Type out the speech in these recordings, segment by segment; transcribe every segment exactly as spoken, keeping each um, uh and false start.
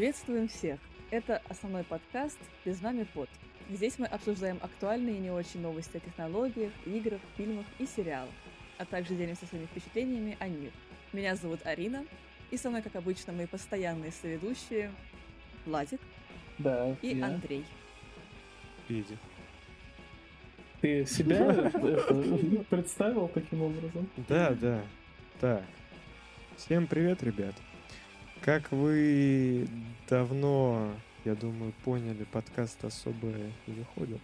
Приветствуем всех! Это основной подкаст «Без нами под». Здесь мы обсуждаем актуальные и не очень новости о технологиях, играх, фильмах и сериалах, а также делимся своими впечатлениями о них. Меня зовут Арина, и со мной, как обычно, мои постоянные соведущие Владик да, и я. Андрей. Петя. Ты себя представил таким образом? Да, да. Так. Всем привет, ребят. Как вы давно, я думаю, поняли, подкаст особо не выходит.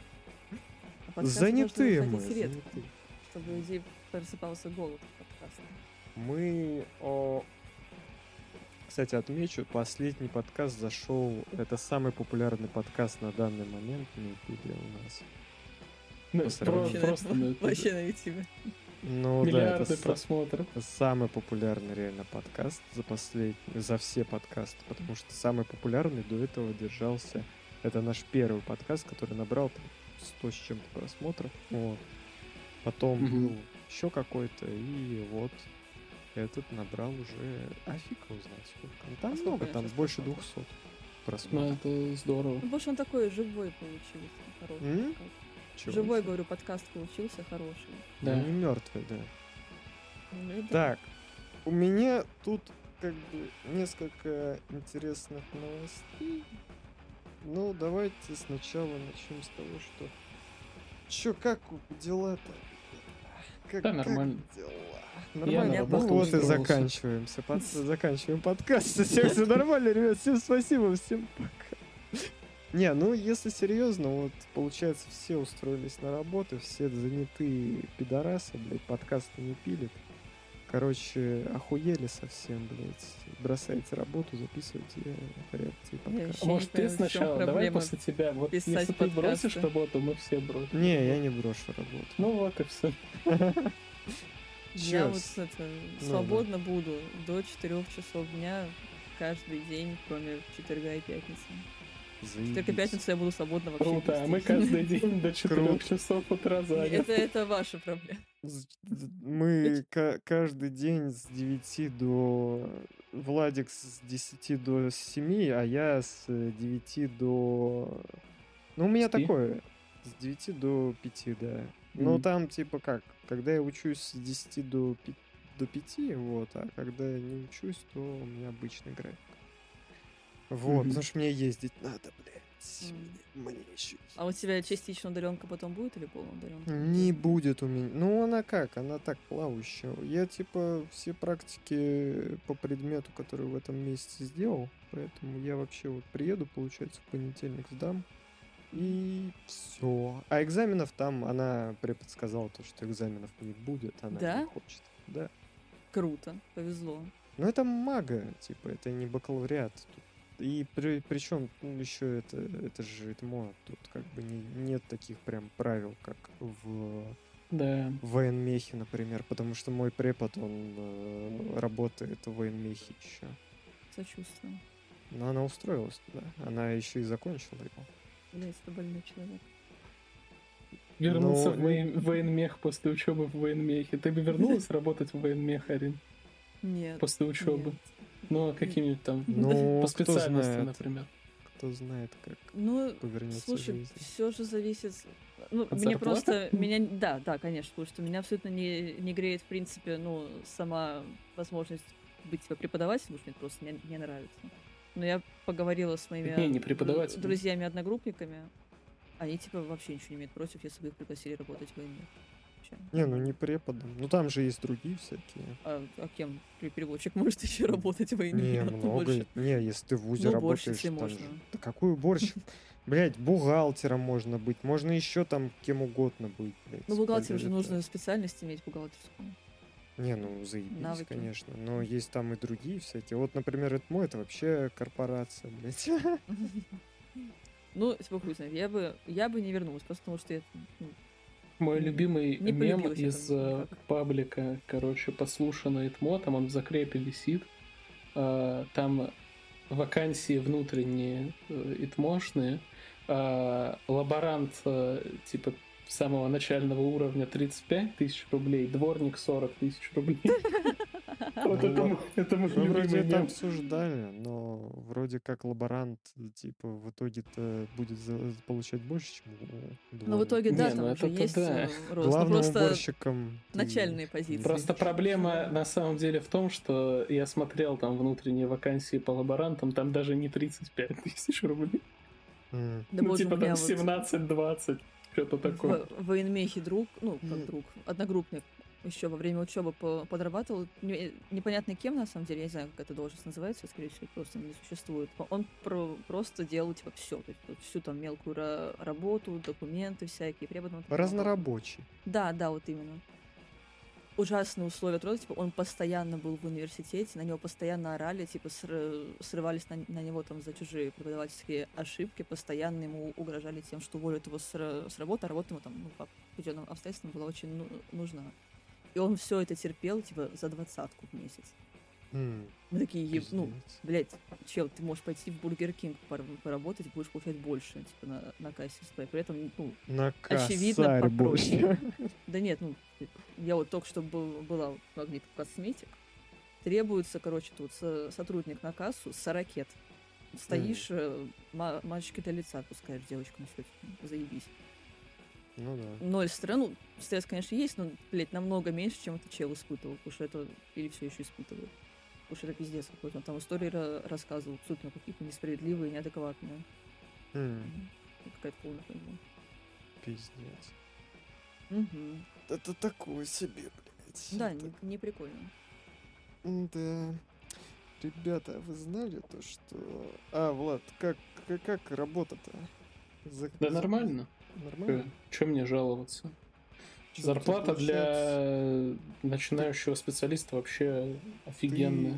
А Занятые мы. Редко, Занятые. чтобы у людей просыпался голод подкаста. Мы... О... Кстати, отмечу, последний подкаст зашел. Это самый популярный подкаст на данный момент на YouTube у нас. Ну, Про, просто на YouTube. Вообще на YouTube. Ну, Миллиарды да, это просмотров. самый популярный реально подкаст за последний, за все подкасты, потому что самый популярный до этого держался. Это наш первый подкаст, который набрал там сто с чем-то просмотров. Вот. Потом Угу. был еще какой-то, и вот этот набрал уже... А фиг его знает сколько. Ну, там А много, сколько там сейчас больше просмотров? двухсот Ну, просмотров. это здорово. Ну, больше он такой живой получился, хороший. М? подкаст. Чего Живой, себе. говорю, подкаст получился хороший. Ну, Да. не мертвый, да. Ну, и да. Так, у меня тут как бы несколько интересных новостей. Ну, давайте сначала начнем с того, что... Чё, как дела-то? Как, Да, нормально. Как дела? Я Нормально? на Ну работу вот и устроился. заканчиваемся. Под... Заканчиваем подкаст. Всем все нормально, ребят. Всем спасибо, всем пока. Не, ну если серьезно, вот получается все устроились на работу, все занятые пидорасы, блядь, подкасты не пилят. Короче, охуели совсем, блядь. Бросайте работу, записывайте реакции Я подкаста. вообще А может, не понимаю, ты в чём сначала? Давай проблема после тебя. Вот писать если ты подкасты. бросишь работу, мы все бросим. Не, я не брошу работу. Ну вот и все. Я Чё, вот с- это, ну, свободно буду до четырёх часов дня каждый день, кроме четверга и пятницы. Четверг и заебись. пятницу я буду свободно вообще Круто, а вести. мы каждый день до четырех Круто. часов утра заняты. Это, это ваша проблема. З- з- Мы ка- каждый день с девяти до... Владик с десяти до семи, а я с девяти до... Ну, у меня Спи? такое. С девяти до пяти, да. Ну, Мгм. там, типа, как, когда я учусь с десяти до пи- до пяти, вот, а когда я не учусь, то у меня обычный график. Вот, Мгм. потому что мне ездить надо, блядь. Мгм. Мне, мне еще А у тебя частично удаленка потом будет или полная удаленка? не будет у меня. Ну, она как? Она так, плавающая. Я, типа, все практики по предмету, который в этом месяце сделал. Поэтому я вообще вот приеду, получается, в понедельник сдам. И все. А экзаменов там, она препод сказала, то, что экзаменов не будет. Она Да? не хочет. Да. Круто, повезло. Но это мага, типа, это не бакалавриат. Тут. И при, причем еще это, это же ИТМО. Тут как бы не, нет таких прям правил, как в Да. в военмехе, например, потому что мой препод, он э, работает в военмехе еще. Сочувствую. Но она устроилась туда. Она еще и закончила его. Блять, это больной человек. Вернулся Ну, в воен- военмех после учебы в военмехе. Ты бы вернулась работать в военмех, Арин, Нет. после учебы? нет. Ну, а какими-нибудь там Ну, по кто специальности, знает, например. кто знает, как Ну, повернется слушай, жизнь. все же зависит. Ну, От мне зарплаты? просто. Меня. Да, да, конечно, потому что меня абсолютно не, не греет, в принципе, ну, сама возможность быть типа преподавателем, потому что мне просто не, не нравится. Но я поговорила с моими Не, не преподавателем. друзьями-одногруппниками. Они типа вообще ничего не имеют против, если бы их пригласили работать в военмех. Вообще. Не, ну не преподом. Ну там же есть другие всякие. А, а кем пер- переводчик может еще работать в военмехе? Не, А то много. больше. Не, если ты в ВУЗе Ну, работаешь, уборщицей там можно. же... Да какой уборщик? Блять, бухгалтером можно быть. Можно еще там кем угодно быть, блядь. Ну, бухгалтеру же Это- нужно специальность иметь бухгалтерскую. Не, ну заебись, Навыки. конечно. Но есть там и другие всякие. Вот, например, ИТМО это вообще корпорация, блядь. Ну, типа, хуй знает. Я бы, я бы не вернулась, просто потому что я ну, Мой Не- любимый не мем полюбилась я из там э, никак. паблика, короче, послушано ИТМО, там он в закрепе висит. Э, Там вакансии внутренние э, ИТМОшные. Э, Лаборант э, типа самого начального уровня тридцать пять тысяч рублей, дворник сорок тысяч рублей. Вот Ну, это вот м- это мой мы вроде любимый это мем. обсуждали, но вроде как лаборант, типа, в итоге-то будет за- получать больше, чем у Ну, в итоге, да, Не, ну там же это-то есть да. э, рост. Ну, главным просто уборщиком ты начальные не позиции. Просто будешь. проблема на самом деле в том, что я смотрел там внутренние вакансии по лаборантам, там даже не тридцать пять тысяч рублей. М. Да Ну, боже, у типа меня там вот семнадцать-двадцать, что-то такое. в в военмехе друг, ну, как М. друг, одногруппник еще во время учебы подрабатывал. Не- Непонятно кем, на самом деле, я не знаю, как эта должность называется, скорее всего, просто не существует. Он про- просто делал, типа, все, всю там мелкую ра- работу, документы всякие, преподавал. Разнорабочий. Да, да, вот именно. Ужасные условия труда, типа, он постоянно был в университете, на него постоянно орали, типа, сры- срывались на, на него там за чужие преподавательские ошибки, постоянно ему угрожали тем, что уволят его с, ра- с работы, а работа ему там, ну, по определенным обстоятельствам была очень ну- нужна. И он все это терпел, типа, за двадцатку в месяц. М. Мы такие, «Еб- ну, Пиздец. блядь, чел, ты можешь пойти в Бургер Кинг пор- поработать, будешь получать больше, типа, на, на кассе стоя. При этом, ну, На очевидно, косарь попроще. больше. Да нет, ну, я вот только что был, была в Магнит Косметик. Требуется, короче, тут со- сотрудник на кассу с ракет. Стоишь, э, ма- мальчики для лица отпускаешь девочку на счете. Заебись. Ну да. Ноль стресс, ну, стресс, конечно, есть, но, блядь, намного меньше, чем это чел испытывал, потому что это, или все еще испытывает. Потому что это пиздец какой-то. Он там истории ра- рассказывал, абсолютно какие-то несправедливые, неадекватные. М. Какая-то полная хуйня. Пиздец. Мгм. Это такое себе, блядь. Да, Это- не, не прикольно. Да. Ребята, а вы знали то, что... А, Влад, как, как, как работа-то? За- Да за- нормально. Нормально? Чем мне жаловаться? Чё, у тебя Зарплата получается- для начинающего специалиста вообще офигенная.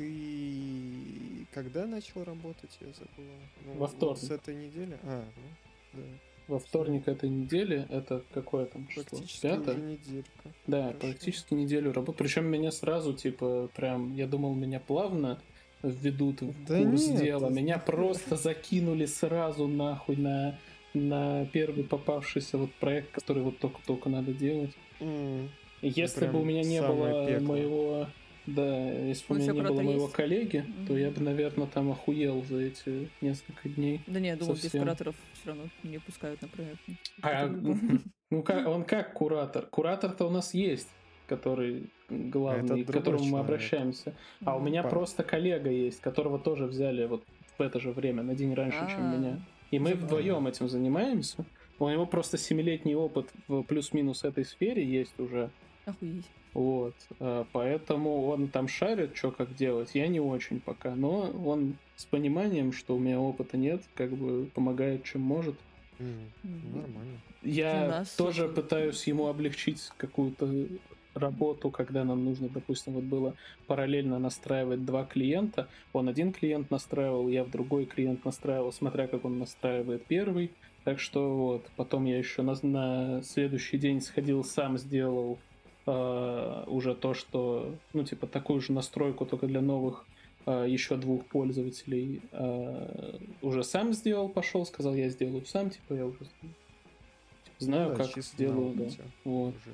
Ты когда начал работать, я забыл. Ну, Во вот вторник. С этой недели? А, ну, да. Во вторник этой недели, это какое там число? Практически Пятое? уже неделька. Да, Хорошо. практически неделю работы. Причем меня сразу, типа, прям, я думал, меня плавно введут в Да курс нет, дела. ты- Меня просто закинули сразу нахуй на, на первый попавшийся вот проект, который вот только-только надо делать. М, И Если прям бы у меня не самое было пекло. моего... Да, если бы у Ну, меня всё, не было куратор моего есть? коллеги, то Мгм. я бы, наверное, там охуел за эти несколько дней. Да не, я думаю, без Совсем. кураторов все равно не пускают на проект. А, Это по-любому. ну как, он как куратор? Куратор-то у нас есть, который главный, Это к которому мы другой человек. обращаемся. А у Мгм. меня Па- просто коллега есть, которого тоже взяли вот в это же время, на день раньше, чем А, меня. И мы забавно. вдвоем этим занимаемся. У него просто семилетний опыт в плюс-минус этой сфере есть уже. Охуеть. Вот. а, Поэтому он там шарит, что как делать. Я не очень пока. Но он с пониманием, что у меня опыта нет, как бы помогает, чем может. М, Мгм. Нормально. Я У нас тоже это- пытаюсь ему облегчить какую-то работу, когда нам нужно, допустим, вот было параллельно настраивать два клиента. Он один клиент настраивал, я в другой клиент настраивал, смотря как он настраивает первый. Так что вот, потом я еще на, на следующий день сходил, сам сделал э, уже то, что, ну, типа, такую же настройку, только для новых э, еще двух пользователей. Э, уже сам сделал, пошел, сказал, я сделаю сам, типа, я уже знаю, Ну да, как чисто сделаю, на да. опыте Вот. уже.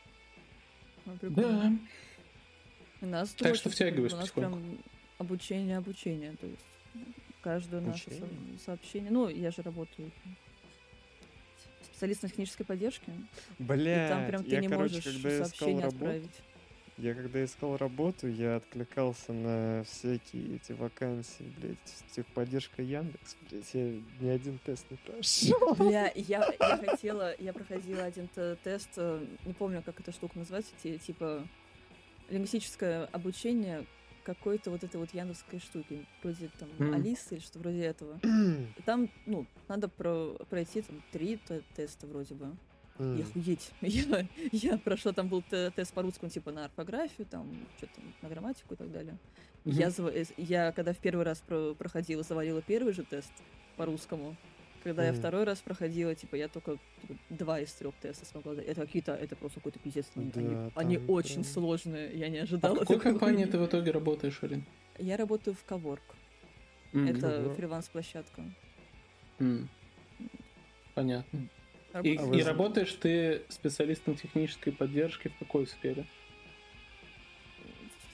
Ну, прикольно. Да. У нас Так очень что втягиваюсь У нас потихоньку. прям обучение, обучение. То есть каждое наше со- Обучение? сообщение. Ну, я же работаю специалистом технической поддержки. И Блядь, там прям ты я, не короче, можешь когда я искал сообщение работу, отправить. я когда искал работу, я откликался на всякие эти вакансии, блядь, техподдержка Яндекс, блядь, я ни один тест не прошел. Бля, я, я хотела, я проходила один т- тест, э, не помню, как эта штука называется, ти- типа лингвистическое обучение какой-то вот этой вот яндексской штуки, вроде там М. Алисы или что вроде этого. И там, ну, надо про- пройти там три т- теста вроде бы. И М. охуеть. Я, я прошла, там был т- тест по-русскому, типа на орфографию, там что-то на грамматику и так далее. Мгм. Я, зава- э, я когда в первый раз про- проходила, завалила первый же тест по-русскому. Когда я Мгм. второй раз проходила, типа, я только типа, два из трех теста смогла сдать. Это какие-то, это просто какой-то пиздец. Они, Да, они- они там очень прям- сложные, я не А ожидала. в какой такой компании хуйни. ты в итоге работаешь, Арин? Я работаю в Коворк. М, Это Ого. фриланс-площадка. м. Понятно. И, Работаю- А вы и за- работаешь ты специалистом технической поддержки в какой сфере?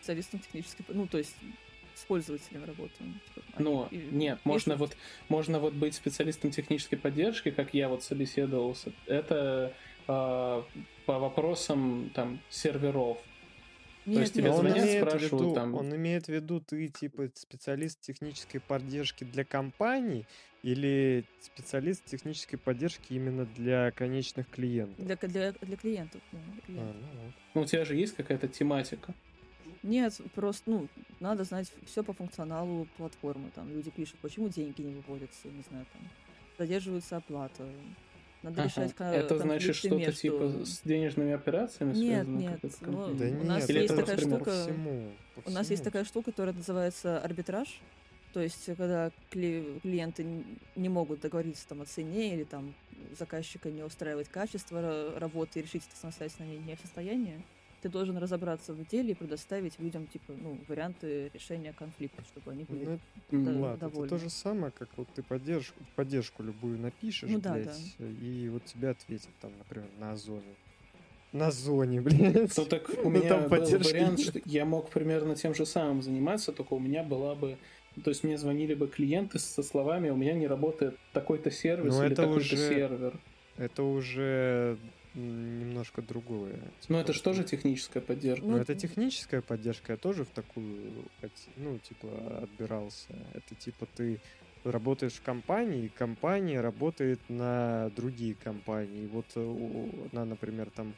специалистом технической... Ну, то есть с пользователем работаем. Типа, они Ну, и- нет, пишут. можно вот, можно вот быть специалистом технической поддержки, как я вот собеседовался. Это э, по вопросам там серверов. Нет, есть тебе нет, Но он звонят, я- имеет в спрашивают виду, там- он имеет в виду, ты типа специалист технической поддержки для компаний или специалист технической поддержки именно для конечных клиентов? для, для, для клиентов. Да, для А, клиентов. ну вот. Ну, у тебя же есть какая-то тематика. Нет, просто, ну, надо знать все по функционалу платформы. Там люди пишут, почему деньги не выводятся, не знаю, там, задерживается оплата. Надо Ага. решать ко- Это значит конфликты что-то между... типа с денежными операциями Нет, связано? нет, какой-то ну, конфликт? Да у нет, нас Или есть это такая просто по штука... всему, по У нас есть всему. такая штука, которая называется арбитраж. То есть, когда кли- клиенты н- не могут договориться там, о цене или там заказчика не устраивает качество ра- работы и решить это самостоятельно не, не в состоянии, ты должен разобраться в деле и предоставить людям типа, ну, варианты решения конфликта, чтобы они были... Ну, это- М, да, ладно, довольны. это то же самое, как вот ты поддержку, поддержку любую напишешь, Ну да, блядь, и вот тебе ответят там, например, на Озоне. На Зоне, блядь. Ну так у Ну, меня там был поддержки вариант, нет. что я мог примерно тем же самым заниматься, только у меня была бы... То есть мне звонили бы клиенты со словами, у меня не работает такой-то сервис Ну, или это такой-то уже- сервер. Это уже м, немножко другое. Ну Типа, это же тоже техническая поддержка. Ну, Ну, это техническая поддержка, я тоже в такую, хот- ну, типа, отбирался. Это типа ты работаешь в компании, и компания работает на другие компании. Вот э, у- она, например, там...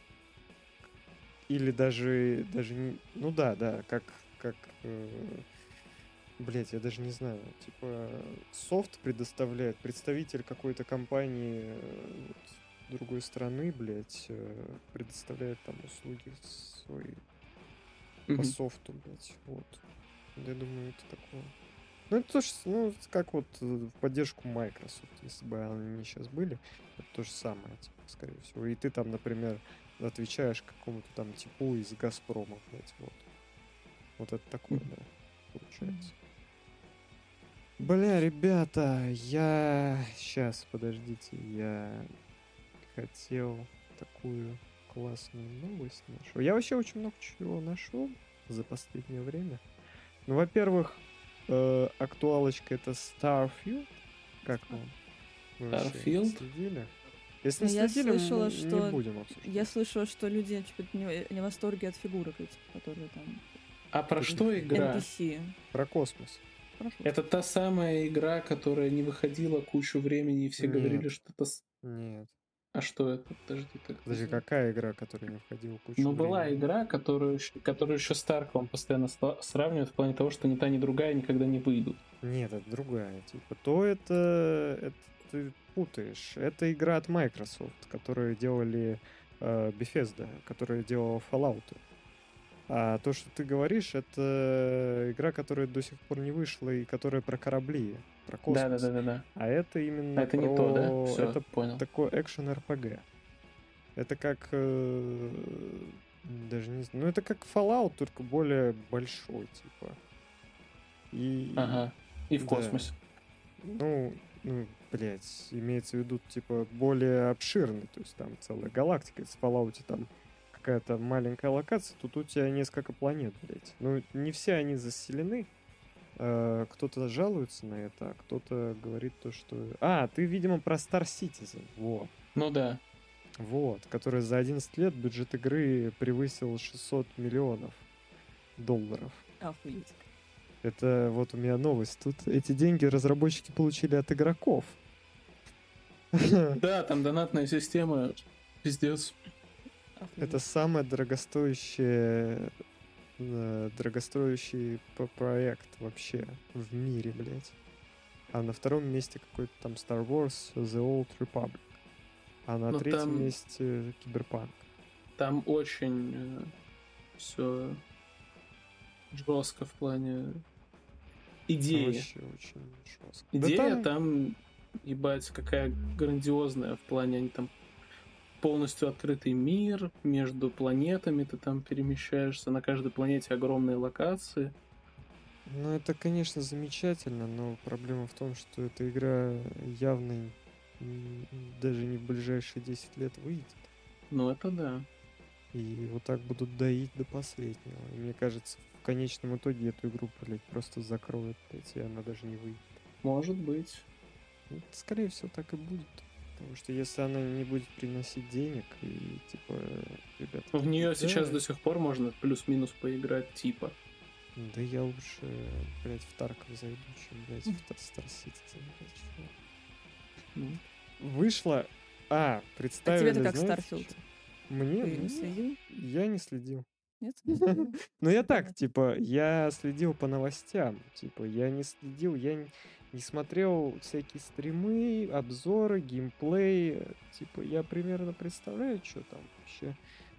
Или даже, даже не... Ну да, да, как... как Блять, я даже не знаю. Типа, софт предоставляет представитель какой-то компании э, вот, другой страны, блять, предоставляет там услуги свои по Мгм. софту, блять. Вот. Я думаю, это такое. Ну, это тоже, ну, как вот э, в поддержку Microsoft, если бы они сейчас были, это то же самое, типа, скорее всего. И ты там, например, отвечаешь какому-то там типу из Газпрома, блять, вот. Вот это такое, Мгм. да, получается. Бля, ребята, я... Сейчас, подождите, я хотел такую классную новость нашел. Я вообще очень много чего нашел за последнее время. Ну, во-первых, э, актуалочка это Starfield. Как вам? Вы вообще Starfield? следили? Если не Я следили, мы слышала, не что- будем обсуждать. Я слышала, что люди типа, не, не в восторге от фигурок этих, которые там... А про Тут что игра? эн пи си. Про космос. Хорошо. Это та самая игра, которая не выходила кучу времени, и все Нет. говорили, что это... с- Нет. А что это? Подожди, так. Подожди, какая игра, которая не входила в кучу Ну, была времени? игра, которую, щ- которую еще с Тарковым постоянно ста- сравнивают в плане того, что ни та, ни другая никогда не выйдут. Нет, это другая. Типа, то это, это ты путаешь. Это игра от Microsoft, которую делали э, Bethesda, которая делала Fallout. А то, что ты говоришь, это игра, которая до сих пор не вышла и которая про корабли, про космос. Да-да-да-да. А это именно А это про... не то, да? Все, Это понял. такой экшен эр пи джи. Это как... э, даже не знаю... Ну, это как Fallout, только более большой, типа. И... Ага. И в Да. космосе. Ну, ну, блядь, имеется в виду, типа, более обширный, то есть там целая галактика. Если в Fallout там какая-то маленькая локация, тут у тебя несколько планет, блядь. Ну, не все они заселены. Э, Кто-то жалуется на это, а кто-то говорит то, что... А, ты, видимо, про Star Citizen. Во. Ну да. Вот. Который за одиннадцать лет бюджет игры превысил шестьсот миллионов долларов. Охуеть. Это вот у меня новость. Тут эти деньги разработчики получили от игроков. Да, там донатная система. Пиздец. Охуеть. Это самый дорогостоящий, э, дорогостоящий п- проект вообще в мире, блядь. А на втором месте какой-то там Star Wars The Old Republic. А на Ну, третьем там- месте Киберпанк. Там очень все жестко в плане идеи. Вообще очень жестко. Да Идея там- там, ебать, какая грандиозная в плане, они там полностью открытый мир, между планетами ты там перемещаешься, на каждой планете огромные локации. Ну, это, конечно, замечательно, но проблема в том, что эта игра явно м, даже не в ближайшие десять лет выйдет. Ну это да. И вот так будут доить до последнего. И мне кажется, конечном итоге эту игру, блядь, просто закроют, блядь, и она даже не выйдет. Может быть. Ну, скорее всего, так и будет. Потому что если она не будет приносить денег, и типа, ребята... В нее да, сейчас до сих пор можно плюс-минус поиграть, типа. Да я лучше, блядь, в Тарков зайду, чем, блядь, в Star Citizen, блядь, Mm. Вышла... А, представили, А тебе-то как знаете, Starfield? что? Мне? Ты не Ну, следил? я не следил. Нет? Не следил? Ну, я так, Понятно. типа, я следил по новостям. Типа, я не следил, я не, не смотрел всякие стримы, обзоры, геймплей. Типа, я примерно представляю, что там вообще.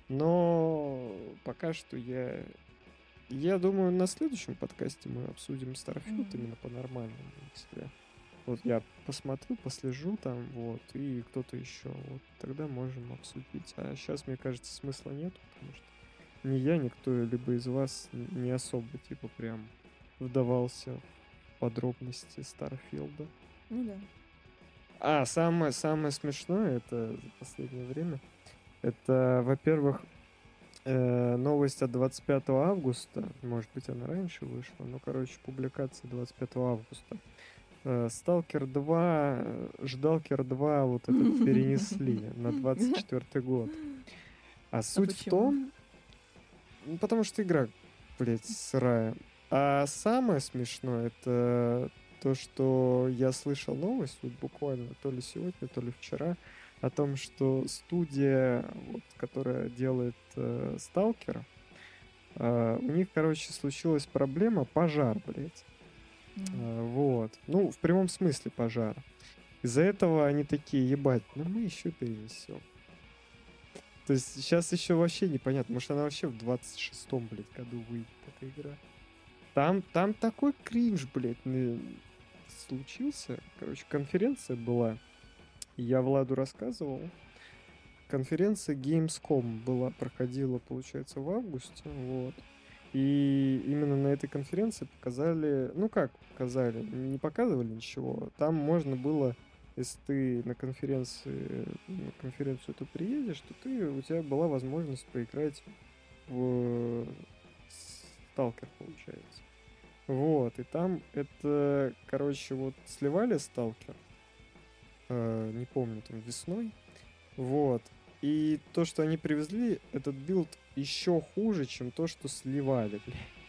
Но пока что я... Я думаю, на следующем подкасте мы обсудим Starfield Мгм. именно по-нормальному. Если вот я посмотрю, послежу там, вот, и кто-то еще. Вот тогда можем обсудить. А сейчас, мне кажется, смысла нет, потому что ни я, ни кто-либо из вас не особо, типа, прям вдавался в подробности Старфилда. Ну да. А, самое, самое смешное, это за последнее время, это, во-первых, э, новость от двадцать пятого августа, может быть, она раньше вышла, но, короче, публикация двадцать пятого августа. Э, Сталкер два, э, Ждалкер два вот этот перенесли на двадцать четвёртый год. А суть в почему? том, ну, потому что игра, блядь, сырая. А самое смешное, это то, что я слышал новость, вот буквально то ли сегодня, то ли вчера, о том, что студия, вот, которая делает э, Сталкера, э, у них, короче, случилась проблема, пожар, блядь. М. Э, вот. Ну, в прямом смысле пожара. Из-за этого они такие, ебать, ну мы еще перенесем. То есть сейчас еще вообще непонятно, может она вообще в двадцать шестом, блядь, году выйдет, эта игра. Там, там такой кринж, блядь, на- случился. Короче, конференция была. Я Владу рассказывал. Конференция Gamescom была, проходила, получается, в августе. Вот. И именно на этой конференции показали... Ну как показали? Не показывали ничего. Там можно было, если ты на конференции, на конференцию эту приедешь, то ты, у тебя была возможность поиграть в Сталкер, получается. Вот, и там это, короче, вот сливали Сталкер, э, не помню, там весной, вот, и то, что они привезли, этот билд еще хуже, чем то, что сливали,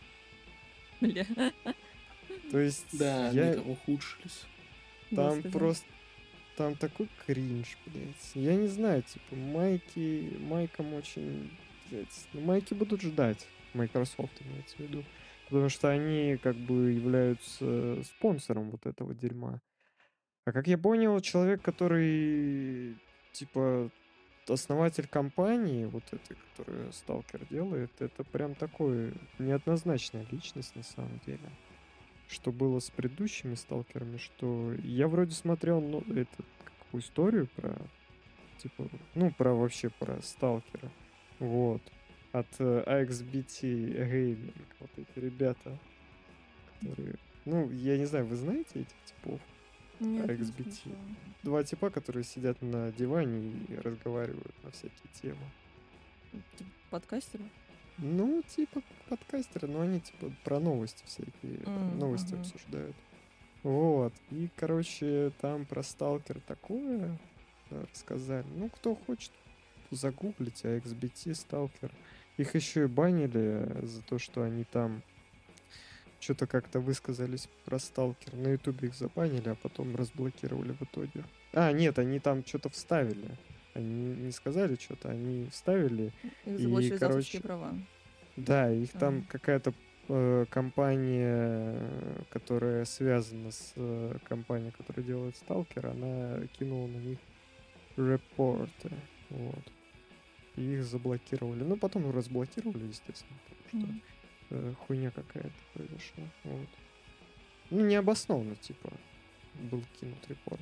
бля. Бля. То есть Да, я... они там ухудшились. Там Господи. просто... Там такой кринж, блядь. Я не знаю, типа, майки... Майкам очень... Блядь, ну, майки будут ждать. Microsoft имеется в виду. Потому что они как бы являются спонсором вот этого дерьма. А как я понял, человек, который типа основатель компании, вот этой, которую Сталкер делает, это прям такой неоднозначная личность на самом деле. Что было с предыдущими Сталкерами, что я вроде смотрел, ну, это какую историю про, типа, ну, про вообще про Сталкера. Вот. От э, эй икс би ти Gaming. Вот эти ребята, которые... Ну, я не знаю, вы знаете этих типов? Нет, не эй икс би ти. слышала. Два типа, которые сидят на диване и разговаривают на всякие темы. Типа подкастеры? Ну, типа подкастеры, но они типа про новости всякие, М, новости ага. обсуждают. Вот. И, короче, там про Сталкер такое э, рассказали. Ну, кто хочет, загуглите эй икс би ти, Сталкер. Их еще и банили за то, что они там что-то как-то высказались про Сталкер. На Ютубе их забанили, а потом разблокировали в итоге. А, нет, они там что-то вставили. Они не сказали что-то, они вставили. Их И, заблочили за авторские короче, права. Да, их А. там какая-то э, компания, э, которая связана с э, компанией, которая делает Сталкер, она кинула на них репорты. Вот. И их заблокировали. Ну, потом разблокировали, естественно, потому что М. э, хуйня какая-то произошла. Вот. Ну, необоснованно, типа, был кинут репорт.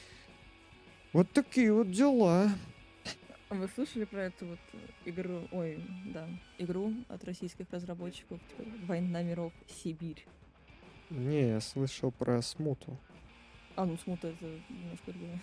Вот такие вот дела. А вы слышали про эту вот э, игру, ой, да, игру от российских разработчиков, типа «Война миров. Сибирь»? Не, я слышал про смуту. А, ну смута это немножко другое.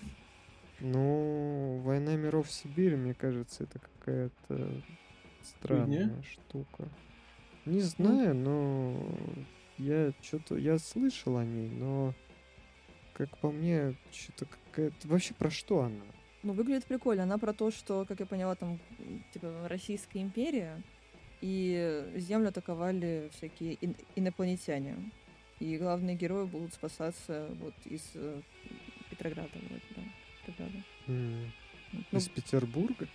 Ну, «Война миров. Сибирь», мне кажется, это какая-то странная Хуйня? штука. Не знаю, но я что-то я слышал о ней, но как по мне, что-то какая-то вообще про что она? Ну, выглядит прикольно. Она про то, что, как я поняла, там, м, типа, Российская империя, и Землю атаковали всякие ин- инопланетяне. И главные герои будут спасаться вот из э, Петрограда, вроде, да. Петрограда. М, Ну, Из Петербурга?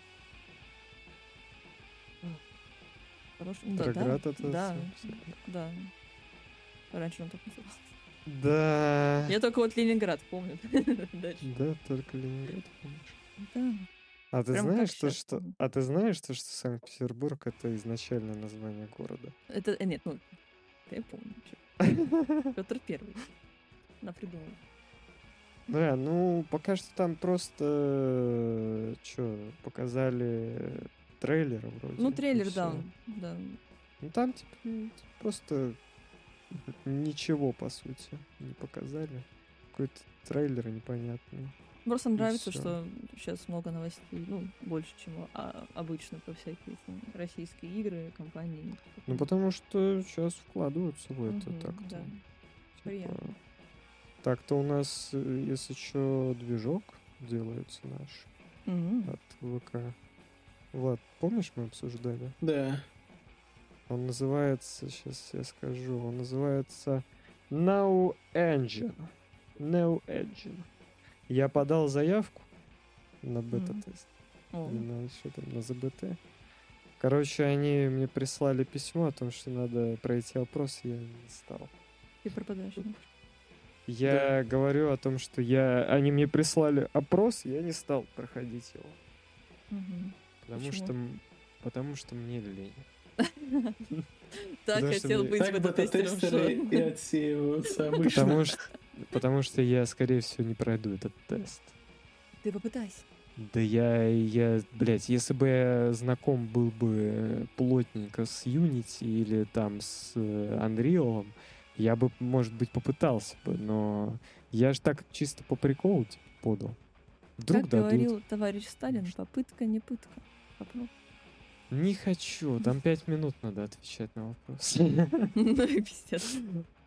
хорошо. Ну, да, да, Петроград это да, Санкт-Петербург. да. Раньше он так назывался. Да. Я только вот Ленинград помню. Дальше. Да, только Ленинград помнишь. Да. А ты Прям как знаешь то, щас что... помню. А ты знаешь то, что Санкт-Петербург это изначально название города? Это, э, нет, ну, я помню. Петр Первый. Она придумала. Да, ну, пока что там просто... Что, показали трейлер вроде. Ну, и трейлер, да, всё. да. Ну, там, типа, м, просто ничего, по сути, не показали. Какой-то трейлер непонятный. Просто нравится, всё. что сейчас много новостей, ну, больше, чем а- обычно про всякие там российские игры, компании. Ну, потому что сейчас вкладываются в это Мгм, так-то. да. Типа, Приятно. так-то у нас, э, если что, движок делается наш Мгм. от ВК. Влад, помнишь, мы обсуждали? Да. Он называется, сейчас я скажу, он называется Now Engine. Now Engine. Я подал заявку на бета-тест. О, Или на что там, на ЗБТ. Короче, они мне прислали письмо о том, что надо пройти опрос, я не стал. ты пропадаешь. да? Я говорю о том, что я... Они мне прислали опрос, я не стал проходить его. Мгм. Потому Почему? что... м- Потому что мне лень. Так Потому что хотел мне- быть Так бета-тестером. бета-тестеры что- и отсеиваются обычно. Потому что... Потому что я, скорее всего, не пройду этот тест. Ты попытайся. Да я, я, блядь, если бы я знаком был бы плотненько с Unity или там с э, Unreal, я бы, может быть, попытался бы, но я же так чисто по приколу типа, подал. Вдруг Как дадут. говорил товарищ Сталин, попытка не пытка. Попробуй. Не хочу, там пять минут надо отвечать на вопрос. Ну и пиздец.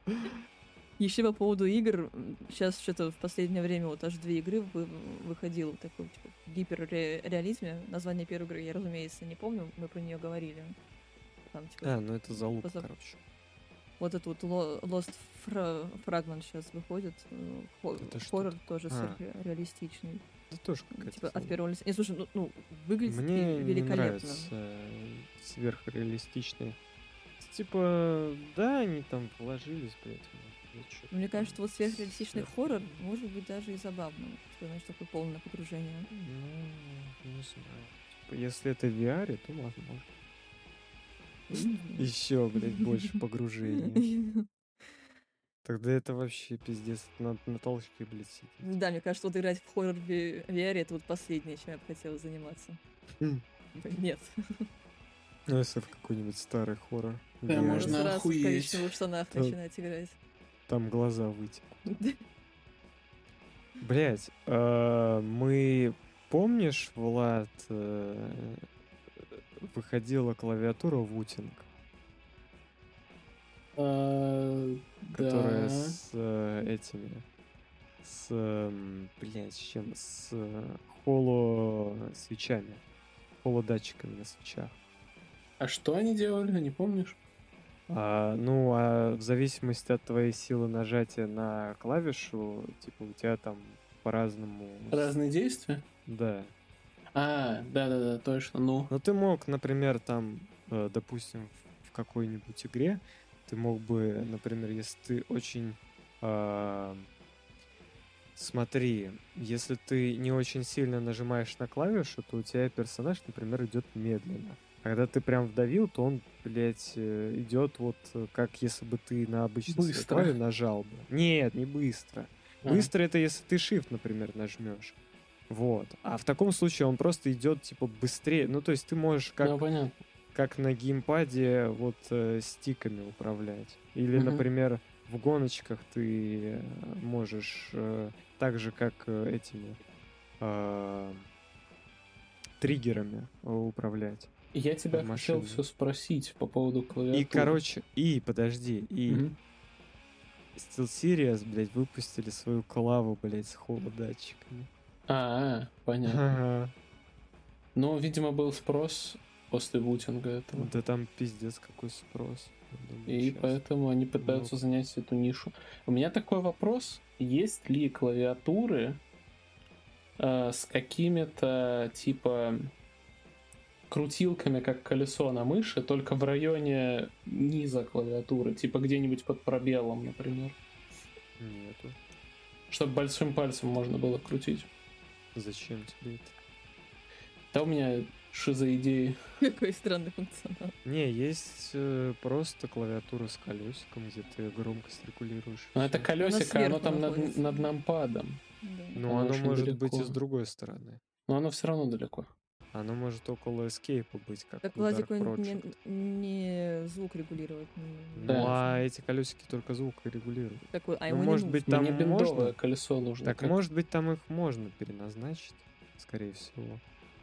Еще по поводу игр, сейчас что-то в последнее время вот аж две игры вы- выходило в таком типа, гиперреализме. Название первой игры я, разумеется, не помню, мы про нее говорили. Там, типа, А, ну это залупа, позав- короче. Вот этот вот Lo- Lost Fra- Fragment сейчас выходит. э, хо- Это что Хоррор тоже А. сверхреалистичный. Да тоже какая-то Типа от залупа. первого лица. Не, слушай, ну, ну выглядит Мне не великолепно. нравится э, сверхреалистичные. Типа, да, они там вложились, блядь. ну, чё Но мне там кажется, вот сверхреалистичный сверх- хоррор может быть даже и забавным. Типа, знаешь, такое полное погружение. Ну, не знаю. Типа, если это в ви ар, то возможно. Еще, блядь, больше погружения. Тогда это вообще пиздец. На, на толчке, блядь, сидеть. Да, мне кажется, вот играть в хоррор в ви ар это вот последнее, чем я бы хотела заниматься. Хм. Нет. Ну, если в какой-нибудь старый хоррор. Да, ви ар, можно Сразу в охуеть. коричневых штанах Да. начинать играть. Там глаза вытекут. Блять, мы... Помнишь, Влад, э, выходила клавиатура Вутинг, А, которая да. с э, этими... С... Блять, с чем? С э, холо-свечами. Холодатчиками на свечах. А что они делали, не помнишь? А, ну, а в зависимости от твоей силы нажатия на клавишу, типа, у тебя там по-разному... с- Разные действия? Да. А, да-да-да, точно, ну. Но ты мог, например, там, э, допустим, в- в какой-нибудь игре, ты мог бы, например, если ты очень... а, Смотри, если ты не очень сильно нажимаешь на клавишу, то у тебя персонаж, например, идет медленно. Когда ты прям вдавил, то он, блядь, э, идет вот э, как если бы ты на обычной своей Быстро. клаве нажал бы. Нет, не быстро. А. Быстро это если ты Shift, например, нажмешь. Вот. А в таком случае он просто идет типа быстрее. Ну, то есть ты можешь как, Ну, понятно. как на геймпаде вот э, стиками управлять. Или, Мгм. например, в гоночках ты э, можешь э, так же, как э, этими э, триггерами э, управлять. Я тебя хотел все спросить по поводу клавиатуры. И, короче, и, подожди, и угу. SteelSeries, блядь, выпустили свою клаву, блядь, с холодатчиками. А, понятно. Ага. Ну, видимо, был спрос после бутинга этого. Да там пиздец какой спрос. Думаю, и сейчас. Поэтому они пытаются ну... занять эту нишу. У меня такой вопрос. Есть ли клавиатуры э, с какими-то, типа, крутилками, как колесо на мыши, только в районе низа клавиатуры? Типа где-нибудь под пробелом, например? Нету. Чтобы большим пальцем можно было крутить. Зачем тебе это? Да у меня шизоидеи. Какой странный функционал. Не, есть э, просто клавиатура с колесиком, где ты громкость регулируешь. Но это колесико, оно там над, над нампадом. Да. Ну, оно может далеко. быть и с другой стороны. Но оно все равно далеко. Оно может около Escape быть, как так Владику не, не звук регулировать. Да. Ну, а эти колесики только звук регулируют. Такой, а ну, ему может не быть, там Мне можно... колесо нужно. Так, как... может быть, там их можно переназначить, скорее всего,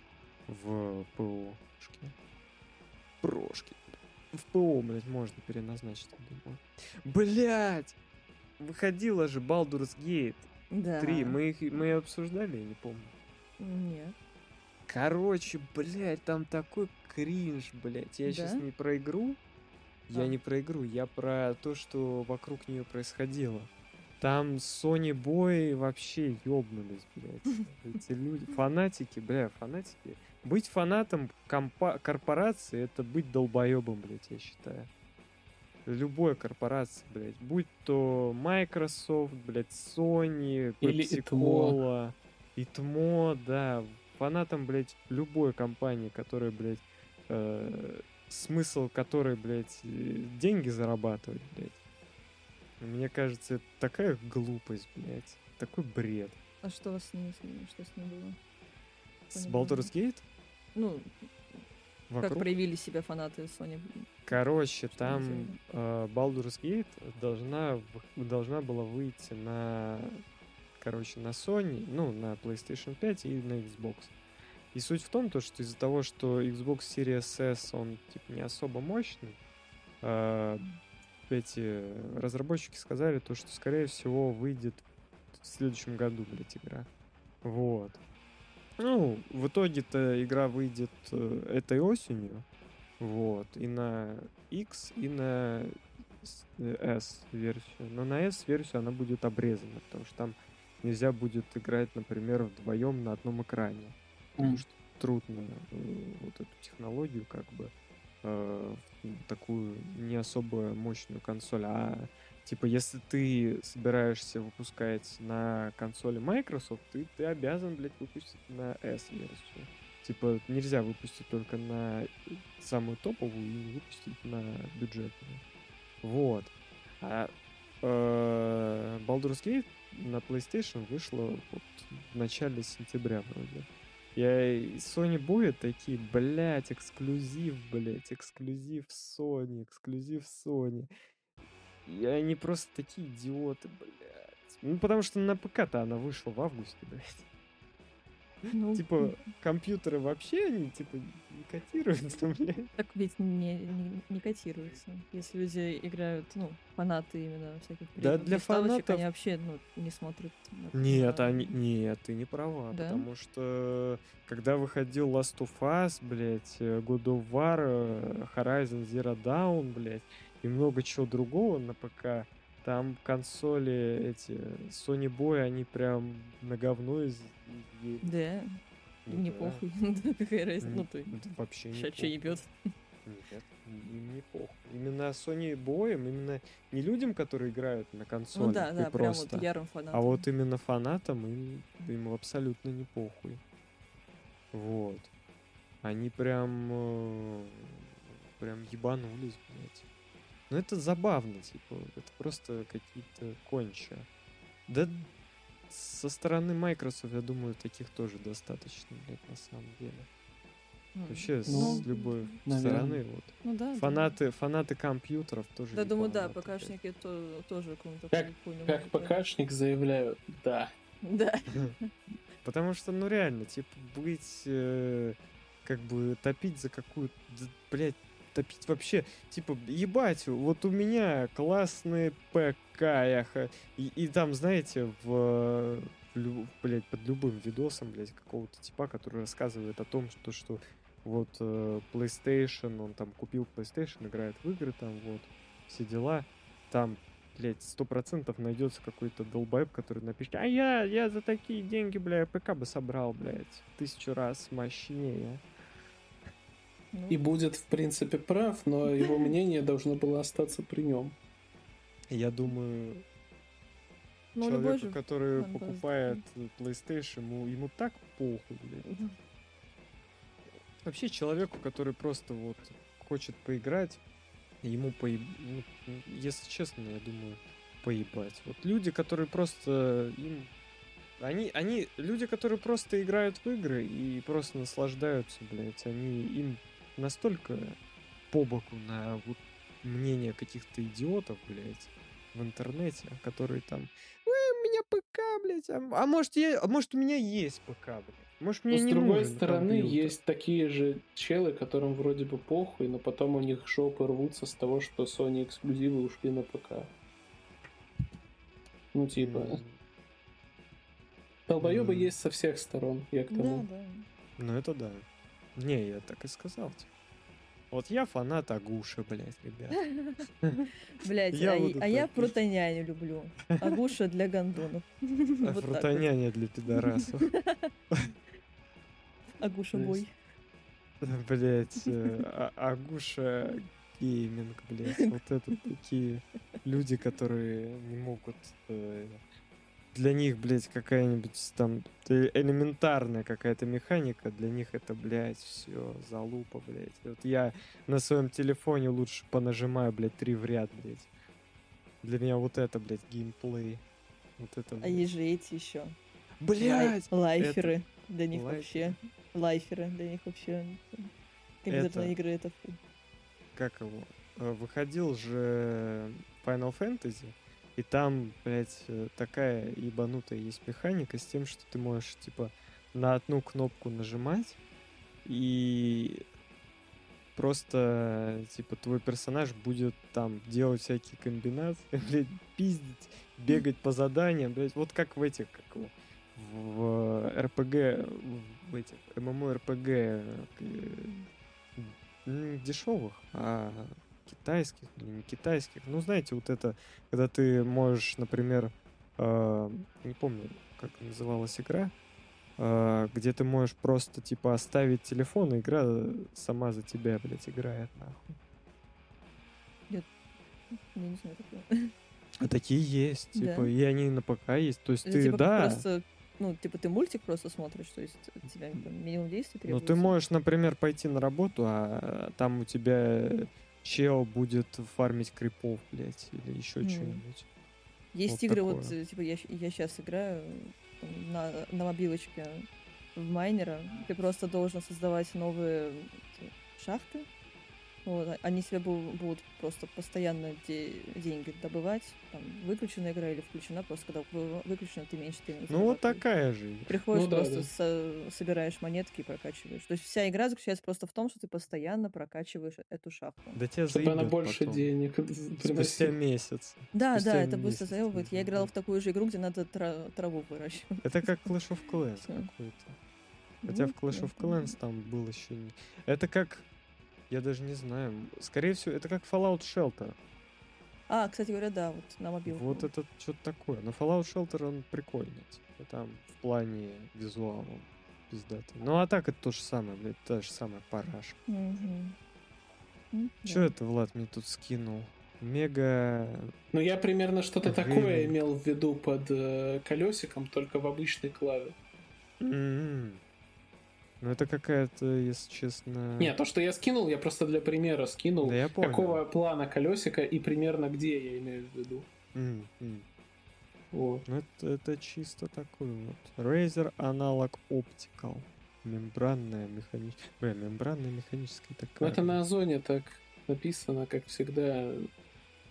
в ПОшке. Прошки. В ПО, блядь, можно переназначить, я думаю. Блядь! Выходила же Baldur's Gate да. три. Мы их мы обсуждали, я не помню. Нет. Короче, блядь, там такой кринж, блядь. Я да? сейчас не про игру. Я а. не про игру, я про то, что вокруг нее происходило. Там Sony Boy вообще ёбнулись, блядь. Эти люди, фанатики, бля, фанатики. Быть фанатом компа- корпорации — это быть долбоёбом, блядь, я считаю. Любой корпорации, блядь. Будь то Microsoft, блядь, Sony, PepsiCola, ИТМО, да. Фанатом, блядь, любой компании, которая, блядь, э, смысл которой, блядь, деньги зарабатывать, блядь. Мне кажется, это такая глупость, блядь. Такой бред. А что у вас с ним, что с ним было? С Baldur's Gate? Ну, вокруг? Как проявили себя фанаты Sony? Короче, что там э, Baldur's Gate должна, должна была выйти на... Короче, на Sony, ну, на PlayStation пять и на Xbox. И суть в том, то, что из-за того, что Xbox Series S, он, типа, не особо мощный, э, эти разработчики сказали то, что, скорее всего, выйдет в следующем году, блядь, игра. Вот. Ну, в итоге-то игра выйдет э, этой осенью. Вот. И на X, и на S-версию. Но на S-версию она будет обрезана, потому что там нельзя будет играть, например, вдвоем на одном экране. Потому mm. что трудно э, вот эту технологию как бы э, такую не особо мощную консоль. А типа если ты собираешься выпускать на консоли Microsoft, ты, ты обязан, блядь, выпустить на S-версию. Типа нельзя выпустить только на самую топовую и не выпустить на бюджетную. Вот. А э, Baldur's Gate на PlayStation вышло вот в начале сентября вроде. Я и Sony Boy такие, блять, эксклюзив, блять, эксклюзив Sony, эксклюзив Sony. И они просто такие идиоты, блять. Ну, потому что на ПК-то она вышла в августе, блять. Ну, типа, компьютеры вообще, они, типа, не котируются, блядь. Так ведь не, не, не котируются. Если люди играют, ну, фанаты именно всяких да, для фанатов они вообще, ну, не смотрят. На... Нет, они... Нет, ты не права. Да? Потому что, когда выходил Last of Us, блядь, God of War, Horizon Zero Dawn, блядь, и много чего другого на ПК, там консоли эти Sony Boy, они прям на говно из... Да, ну, не да. Похуй. Какая разница? Ну, ты вообще не похуй. Не бьет? Нет, им не похуй. Именно Sony Boy, именно не людям, которые играют на консоли, ну, да, да, просто, прям вот ярым фанатам. А вот именно фанатам им, им абсолютно не похуй. Вот. Они прям прям ебанулись, блядь. Ну это забавно, типа, это просто какие-то конча. Да со стороны Microsoft, я думаю, таких тоже достаточно, блядь, на самом деле. Mm. Вообще, ну, с любой наверное. Стороны, вот. Ну, да, фанаты, да. фанаты компьютеров тоже. Да, думаю, да, ПКшники то, тоже какую-то как, как ПКшник заявляю, да. Да. Потому что, ну реально, типа, быть... как бы топить за какую-то, блядь, топить вообще, типа, ебать, вот у меня классный ПК, я х... и, и там, знаете, в, в лю- блядь, под любым видосом, блядь, какого-то типа, который рассказывает о том, что, что вот э, PlayStation, он там купил PlayStation, играет в игры, там вот, все дела, там, блядь, сто процентов найдется какой-то долбоеб, который напишет, а я, я за такие деньги, бля, ПК бы собрал, блядь, в тысячу раз мощнее. Ну, И будет, в принципе, прав, но его мнение должно было остаться при нем. Я думаю, ну, любой человеку, же который фан базы покупает PlayStation, ему, ему так похуй, блядь. такие. Вообще человеку, который просто вот хочет поиграть, ему поеб... ну, если честно, я думаю, поебать. Вот люди, которые просто им... Они, они, люди, которые просто играют в игры и просто наслаждаются, блядь, они им настолько по боку на вот мнение каких-то идиотов, блядь, в интернете, которые там, ой, у меня ПК, блядь, а, а может я, а может у меня есть ПК, блядь, может мне Но, не с другой нужен стороны, компьютер. есть такие же челы, которым вроде бы похуй, но потом у них жопы рвутся с того, что Sony эксклюзивы ушли на ПК. Ну, типа... М, Долбоебы м, есть со всех сторон, я к Да, тому. да. Ну это да. Не, я так и сказал тебе. Вот я фанат Агуши, блядь, ребят. Блять, Я а, буду а я так. фрутоняня люблю. Агуша для гондонов. А Вот так вот. фрутоняня для пидорасов. Агуша бой. Блять, Агуша гейминг, блять. Вот это такие люди, которые не могут... э, Для них, блядь, какая-нибудь там э, элементарная какая-то механика, для них это, блядь, все, залупа, блядь. Вот я на своем телефоне лучше понажимаю, блядь, три в ряд, блядь. Для меня вот это, блядь, геймплей. Вот это, А блядь. есть же эти еще. Блядь! Лайферы. Для них Лайферы. вообще. Лайферы. Для них вообще. Компьютерные игры это фу. Как его? Э, Выходил же Final Fantasy, и там, блядь, э, такая ебанутая есть механика с тем, что ты можешь, типа, на одну кнопку нажимать, и просто, типа, твой персонаж будет там делать всякие комбинации, блядь, пиздить, бегать по заданиям, блядь, вот как в этих, как его, в эр пи джи, в этих эм эм о эр пи джи не дешевых, а китайских или не китайских. Ну, знаете, вот это, когда ты можешь, например, э, не помню, как называлась игра, э, где ты можешь просто, типа, оставить телефон, и игра сама за тебя, блядь, играет, нахуй. Я не знаю такое. А такие есть, Да. типа, и они на ПК есть. То есть Это ты, типа как да, просто, ну, типа ты мультик просто смотришь, то есть от тебя там минимум действий ну требуется. ты можешь, например, пойти на работу, а там у тебя чел будет фармить крипов, блядь, или еще Мгм. что-нибудь. Есть вот игры, вот, такое. э, типа, я, я сейчас играю там, на, на мобилочке в майнера. Ты просто должен создавать новые эти шахты. Вот, а- они себе бу- будут просто постоянно де- деньги добывать. Там, выключена игра или включена, просто когда вы- выключена, ты меньше денег Ну вот зарабатываешь. такая же. Приходишь, Ну да, просто да. со- собираешь монетки и прокачиваешь. То есть вся игра заключается просто в том, что ты постоянно прокачиваешь эту шахту. Да тебя Чтобы она заебет больше потом. денег Спустя приносила. месяц. Да, Спустя да, это быстро месяц заебывает. Я нужно играла будет. в такую же игру, где надо тра- траву выращивать. Это как Clash of Clans Всё. какой-то. Хотя Ну, в Clash of я Clans там был еще не... Это как... Я даже не знаю. Скорее всего, это как Fallout Shelter. А, кстати говоря, да, вот на мобилку. Вот это что-то такое. Но Fallout Shelter, он прикольный. Типа, там в плане визуала он пиздатый. Ну а так это то же самое, блядь. Та же самая парашка. Мгм. М, Че да. это, Влад, мне тут скинул? Мега... Ну, я примерно что-то Время. такое имел в виду под э, колесиком, только в обычной клаве. М-м. Ну это какая-то, если честно... Не, то, что я скинул, я просто для примера скинул, Да я понял. какого плана колесика и примерно где я имею в виду. М-м. Вот. Ну это, это чисто такой вот. Razer Analog Optical. Мембранная механическая... Бля, мембранная механическая Ну, такая. это на Озоне так написано, как всегда.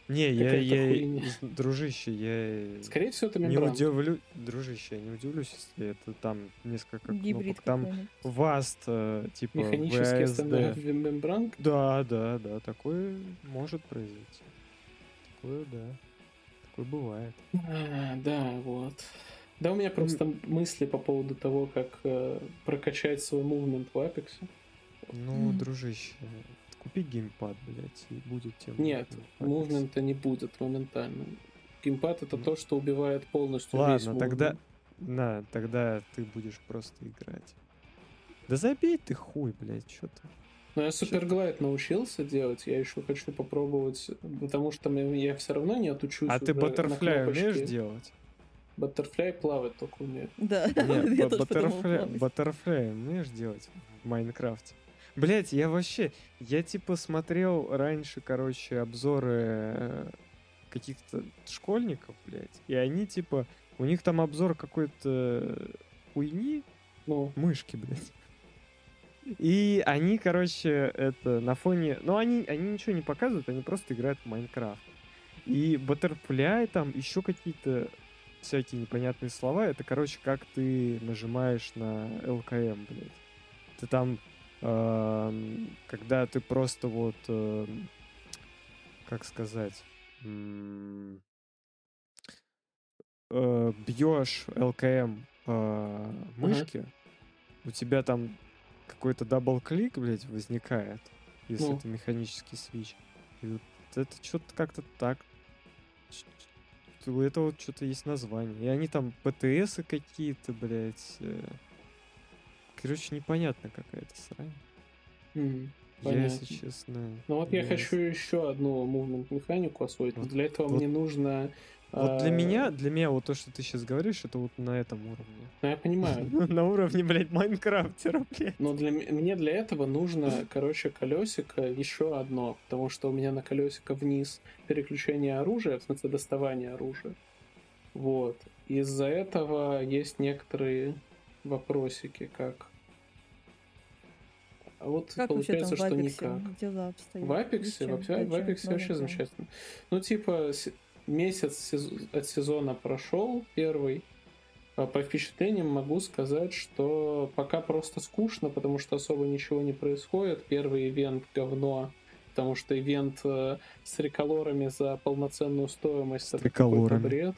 Не, я, Какая-то я, хуйня. дружище, я Скорее всего, это не мембрана. удивлю, дружище, я не удивлюсь, если это там несколько Гибрид кнопок. Там какой-нибудь. васт, э, типа Механически ви эс стендап ди. мембран. Да, да, да, такое может произойти. Такое, да. Такое бывает. А, да, вот. Да, у меня просто мысли по поводу того, как э, прокачать свой мувмент в Apex. Ну, Мгм. дружище, купи геймпад, блядь, и будет тем. Нет, мувмента не будет моментально. Геймпад это Ну. то, что убивает полностью весь Ладно, тогда, мувмент. на, тогда ты будешь просто играть. Да забей ты хуй, блядь, что ты. Но я суперглайд научился делать, я еще хочу попробовать, потому что мне- я все равно не отучусь. А ты уже на баттерфляй кнопочки. умеешь делать? Баттерфляй плавать только умеет. Да, Нет, я ба- тоже подумала баттерфляй, плавать. баттерфляй умеешь делать в Майнкрафте? Блять, я вообще, я типа смотрел раньше, короче, обзоры э, каких-то школьников, блять, и они типа, у них там обзор какой-то хуйни, Ну, мышки, блять. И они, короче, это на фоне... Ну, они, они ничего не показывают, они просто играют в Майнкрафт. И Butterfly, там еще какие-то всякие непонятные слова. Это, короче, как ты нажимаешь на эл ка эм, блядь. Ты там, эм, когда ты просто вот... эм, как сказать... м, э, бьешь эл ка эм по мышке, у тебя там какой-то дабл-клик, блядь, возникает, если Ну. это механический свич. И вот это что-то как-то так. Ч- ч- У этого вот что-то есть название. И они там пэ тэ эсы какие-то, блядь. э. Короче, непонятно какая-то срань. м, Я, понятно. если честно... Ну вот я я хочу еще одну мувмент механику освоить. но Вот- Для этого вот- мне нужно. Вот для а, меня, для меня вот то, что ты сейчас говоришь, это вот на этом уровне. Ну, я понимаю. На уровне, блядь, Майнкрафтера, блядь. Но для, м- мне для этого нужно, короче, колесико еще одно, потому что у меня на колесико вниз переключение оружия, в смысле доставание оружия. Вот. Из-за этого есть некоторые вопросики, как... А вот Как вообще там получается, в что Апексе никак. дела обстоят? В Апексе, Зачем? вообще, в Зачем? Апексе Ну, вообще ну, да. замечательно. Ну, типа, с- месяц сез- от сезона прошел, первый. А По впечатлениям могу сказать, что пока просто скучно, потому что особо ничего не происходит. Первый ивент говно, потому что ивент э, с реколорами за полноценную стоимость С это какой-то реколорами. бред.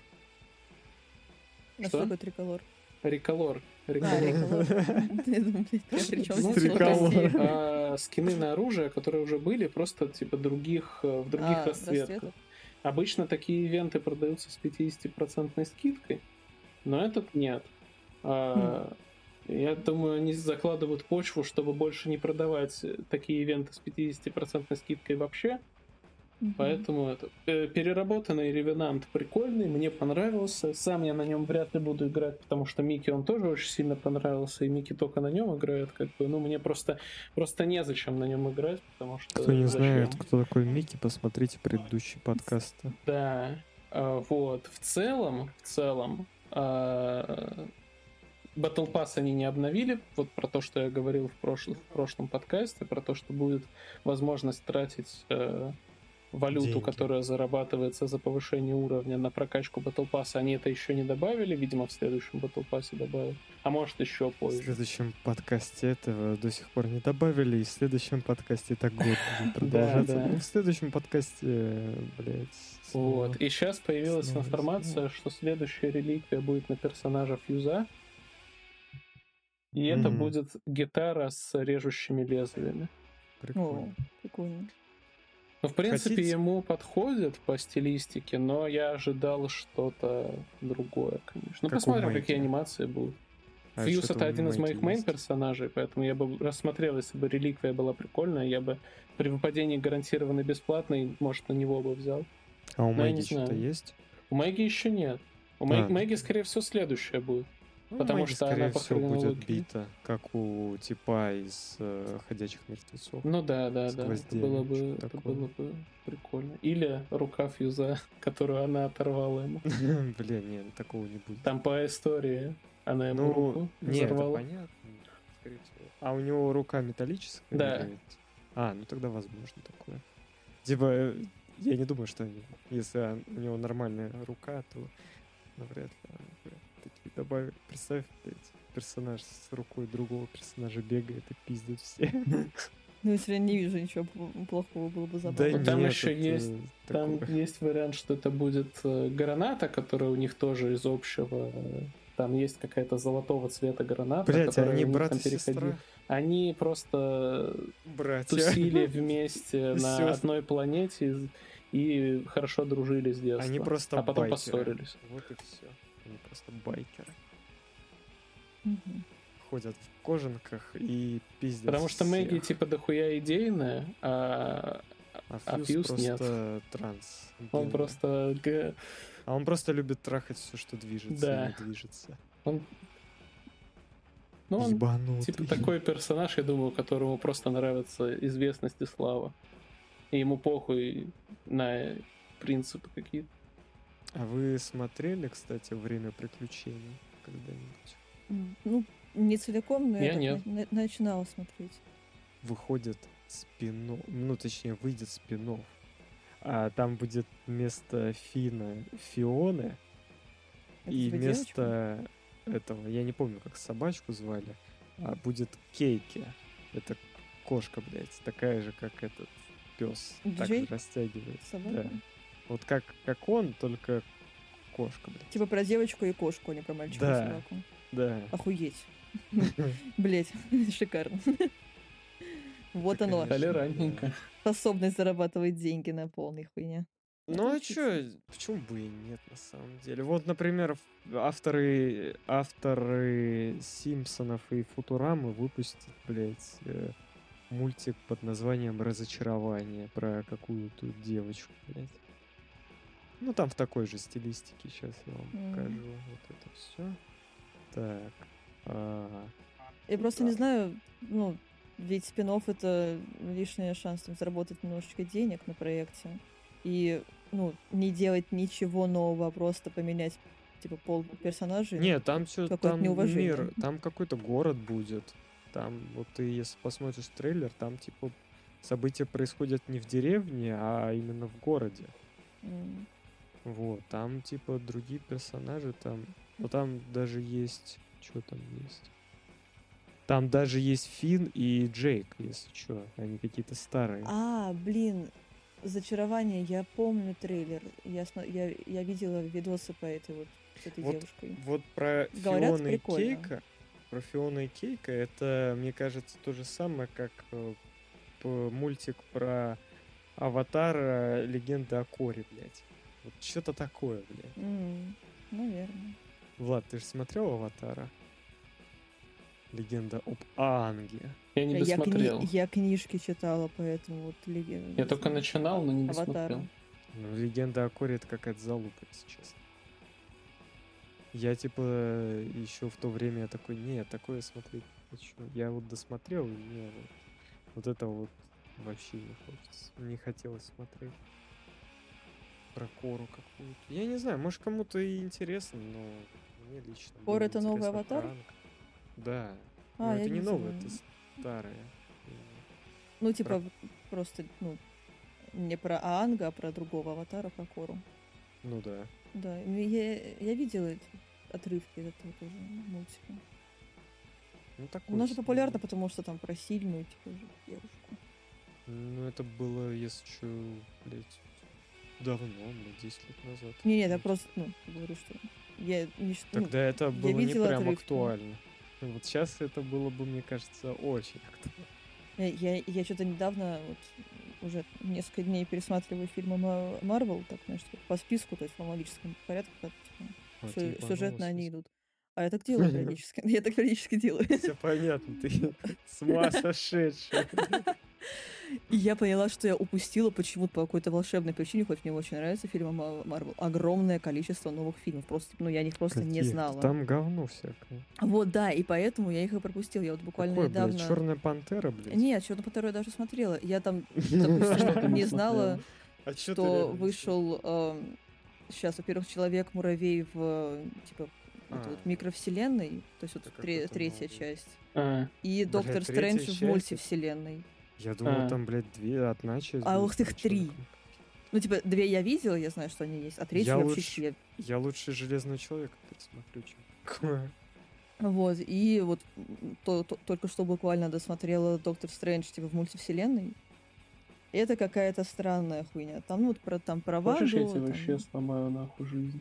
А Что? что такое триколор? Реколор. А, Реколор. реколор. Я думаю, блядь, я при чем Ну, здесь типа, Триколор. Россия? а, скины на оружие, которые уже были, просто типа других, э, в других А, расцветках. расцветок. Обычно такие ивенты продаются с пятьдесят процентов скидкой, но этот нет. А, Я думаю, они закладывают почву, чтобы больше не продавать такие ивенты с пятьдесят процентов скидкой вообще. Мгм. Поэтому это э, переработанный Ревенант прикольный, мне понравился. Сам я на нем вряд ли буду играть, потому что Микки он тоже очень сильно понравился, и Микки только на нем играет, как бы. Ну, мне просто, просто незачем на нем играть, потому что. Кто не зачем? знает, кто такой Микки, посмотрите предыдущий подкаст. Да. А, вот. В целом, в целом, а, Battle Pass они не обновили. Вот про то, что я говорил в, прошлом в прошлом подкасте, про то, что будет возможность тратить э, валюту, Деньги. которая зарабатывается за повышение уровня на прокачку Battle Pass. Они это еще не добавили, видимо, в следующем Battle Pass добавят. А может, еще В позже. следующем подкасте этого до сих пор не добавили, и в следующем подкасте так год будет продолжаться. да. Ну, в следующем подкасте, блядь... снова. Вот. И сейчас появилась снова, информация, снова. что следующая реликвия будет на персонажа Фьюза. И это Мгм. будет гитара с режущими лезвиями. О, Прикольно. прикольно. Ну, в принципе, Хотите? ему подходит по стилистике, но я ожидал что-то другое, конечно. Ну, Как у посмотрим, Мэйки. какие анимации будут. А Фьюз что-то это у один из Мэйки моих мейн есть? персонажей, поэтому я бы рассмотрел, если бы реликвия была прикольная, я бы при выпадении гарантированно бесплатной, может, на него бы взял. А у Ну, я не Мэгги что-то знаю. есть? У Мэгги еще нет. У Мэг- А. Мэгги, скорее всего, следующая будет. Ну, Потому Мэгги, что скорее она по всего, будет хронологии. бита, как у типа из э, «Ходячих мертвецов». Ну да, да, С да. Это гвоздями, было бы, что-то это такое. было бы прикольно. Или рука Фьюза, которую она оторвала ему. Бля, нет, такого не будет. Там по истории она ему Ну, руку не, это взорвала. понятно, скорее всего. А у него рука металлическая? Да. или- А, ну тогда возможно такое. Типа, э, я не думаю, что они, если у него нормальная рука, то навряд ли они такие добавят. Представь, блядь, персонаж с рукой другого персонажа бегает и пиздит все. Ну, если я не вижу ничего плохого, было бы забавно. Да там еще есть, там есть вариант, что это будет граната, которая у них тоже из общего. Там есть какая-то золотого цвета граната, блять, которая они у них брат там и сестра. переходила. Они просто Братья. тусили вместе на Сёстры. одной планете и хорошо дружили с детства. Они просто а потом байкеры. поссорились. Вот и все. Они просто байкеры. Мгм. Ходят в кожанках и пиздят Потому что Мэгги всех. типа дохуя идейная, а, А а Фьюз Фьюз нет. просто транс. Он гений. просто... г- А он просто любит трахать все, что движется Да. и не движется. Он... Ну, он Ебанутый. типа такой персонаж, я думаю, которому просто нравится известность и слава. И ему похуй на принципы какие-то. А вы смотрели, кстати, «Время приключений» когда-нибудь? М, Ну, не целиком, но Я я так нет. на- на- начинала смотреть. Выходит спин ну, точнее, выйдет спин А там будет вместо Фина Фионы Это и типа вместо этого, я не помню, как собачку звали, а будет Кейки. Это кошка, блядь, такая же, как этот пес. Так же Джей? растягивает. Собака? Да. Вот как, как он, только кошка, блядь. Типа про девочку и кошку, а не про мальчика Да. и собаку. Да. Охуеть. Блять, шикарно. Вот Да, оно. конечно. Толерантненько. Способность зарабатывать деньги на полной хуйне. Ну а Отлично. чё, почему бы и нет, на самом деле? Вот, например, ф- авторы, авторы Симпсонов и Футурамы выпустят, блядь, э, мультик под названием «Разочарование» про какую-то девочку, блядь. Ну, там в такой же стилистике, сейчас я вам Мгм. покажу вот это все. Так. а, Я просто не знаю, ну, ведь спин-офф — это лишний шанс там заработать немножечко денег на проекте. И, ну, не делать ничего нового, а просто поменять, типа, пол персонажей. Не, там все, какое-то там неуважение. мир, там какой-то город будет. Там, вот ты, если посмотришь трейлер, там, типа, события происходят не в деревне, а именно в городе. М. Вот, там, типа, другие персонажи, там, ну, там даже есть, что там есть? Там даже есть Финн и Джейк, если что, они какие-то старые. А, блин, «Зачарование», я помню трейлер. Я, смо- я, я видела видосы по этой вот с этой Вот девушкой. Вот про Говорят, Фиона и прикольно. Кейка, про Фиона и Кейка, это, мне кажется, то же самое, как э, п- мультик про Аватара «Легенда о Коре», блядь. Вот что-то такое, блядь. М, наверное. Влад, ты же смотрел «Аватара»? Легенда об Аанге. Я не Э, Я, кни- досмотрел. я книжки читала, поэтому вот леген- Я только начинал, но не Аватара. досмотрел. Ну, «Легенда о Коре» — это какая-то залупа, если честно. Я, типа, еще в то время я такой, нет, такое смотреть не хочу. Я вот досмотрел, и мне вот, вот это вот вообще не хочется. Не хотелось смотреть. Про Кору какую-то. Я не знаю, может, кому-то и интересно, но мне лично Кора — было это новый интересно «Аватар»? про Аанг. Да. А, Но я это не не новое, знаю. это старое. Ну, типа, просто, ну, не про Аанга, а про другого аватара, про Кору. Ну да. Да, ну, я, я видела эти отрывки из этого тоже мультика. Ну такое. Оно же себе. популярно, потому что там про сильную, типа, же девушку. Ну это было, если что, блядь, давно, ну, десять лет назад. Не, нет, я просто, ну, говорю, что я не ш- ну, Тогда это было не видела прям отрывки. актуально. Вот сейчас это было бы, мне кажется, очень актуально. я, я, я что-то недавно, вот, уже несколько дней пересматриваю фильмы Ма- Марвел, так, знаешь, типа, по списку, то есть в хронологическом порядке, как, типа, А, сю- ты сюжетно ебанулась, они идут. А я так делаю периодически. Я так периодически делаю. Все понятно, ты с ума сошедшая. И я поняла, что я упустила почему-то по какой-то волшебной причине, хоть мне очень нравятся фильмы Ма- Марвел, огромное количество новых фильмов. Просто, ну, я о них просто не Какие? знала. Там говно всякое. Вот, да, и поэтому я их и пропустила. Я вот буквально Какой, недавно... блядь, Черная пантера, блядь? Нет, «Черную пантеру» я даже смотрела. Я там, допустим, не знала, А чё ты что рядом не вышел сейчас, во-первых, Человек-муравей в, типа, вот А. вот микровселенной, то есть вот Это тре- какой-то третья новый. часть, А, и Доктор третья Стрэндж часть в это- мультивселенной. Я думал, А. там, блядь, две, одна часть. А будет ух ты, про три. Человека. Ну, типа, две я видела, я знаю, что они есть, а третью Я вообще лучше- я... Я лучше Железного Человека пересмотрю, чем... Вот, и вот м, то- то- только что буквально досмотрела Доктор Стрэндж, типа, в мультивселенной. Это какая-то странная хуйня. Там, ну, вот про, там, про Хочешь, я Ванду, тебе там- вообще сломаю нахуй жизнь?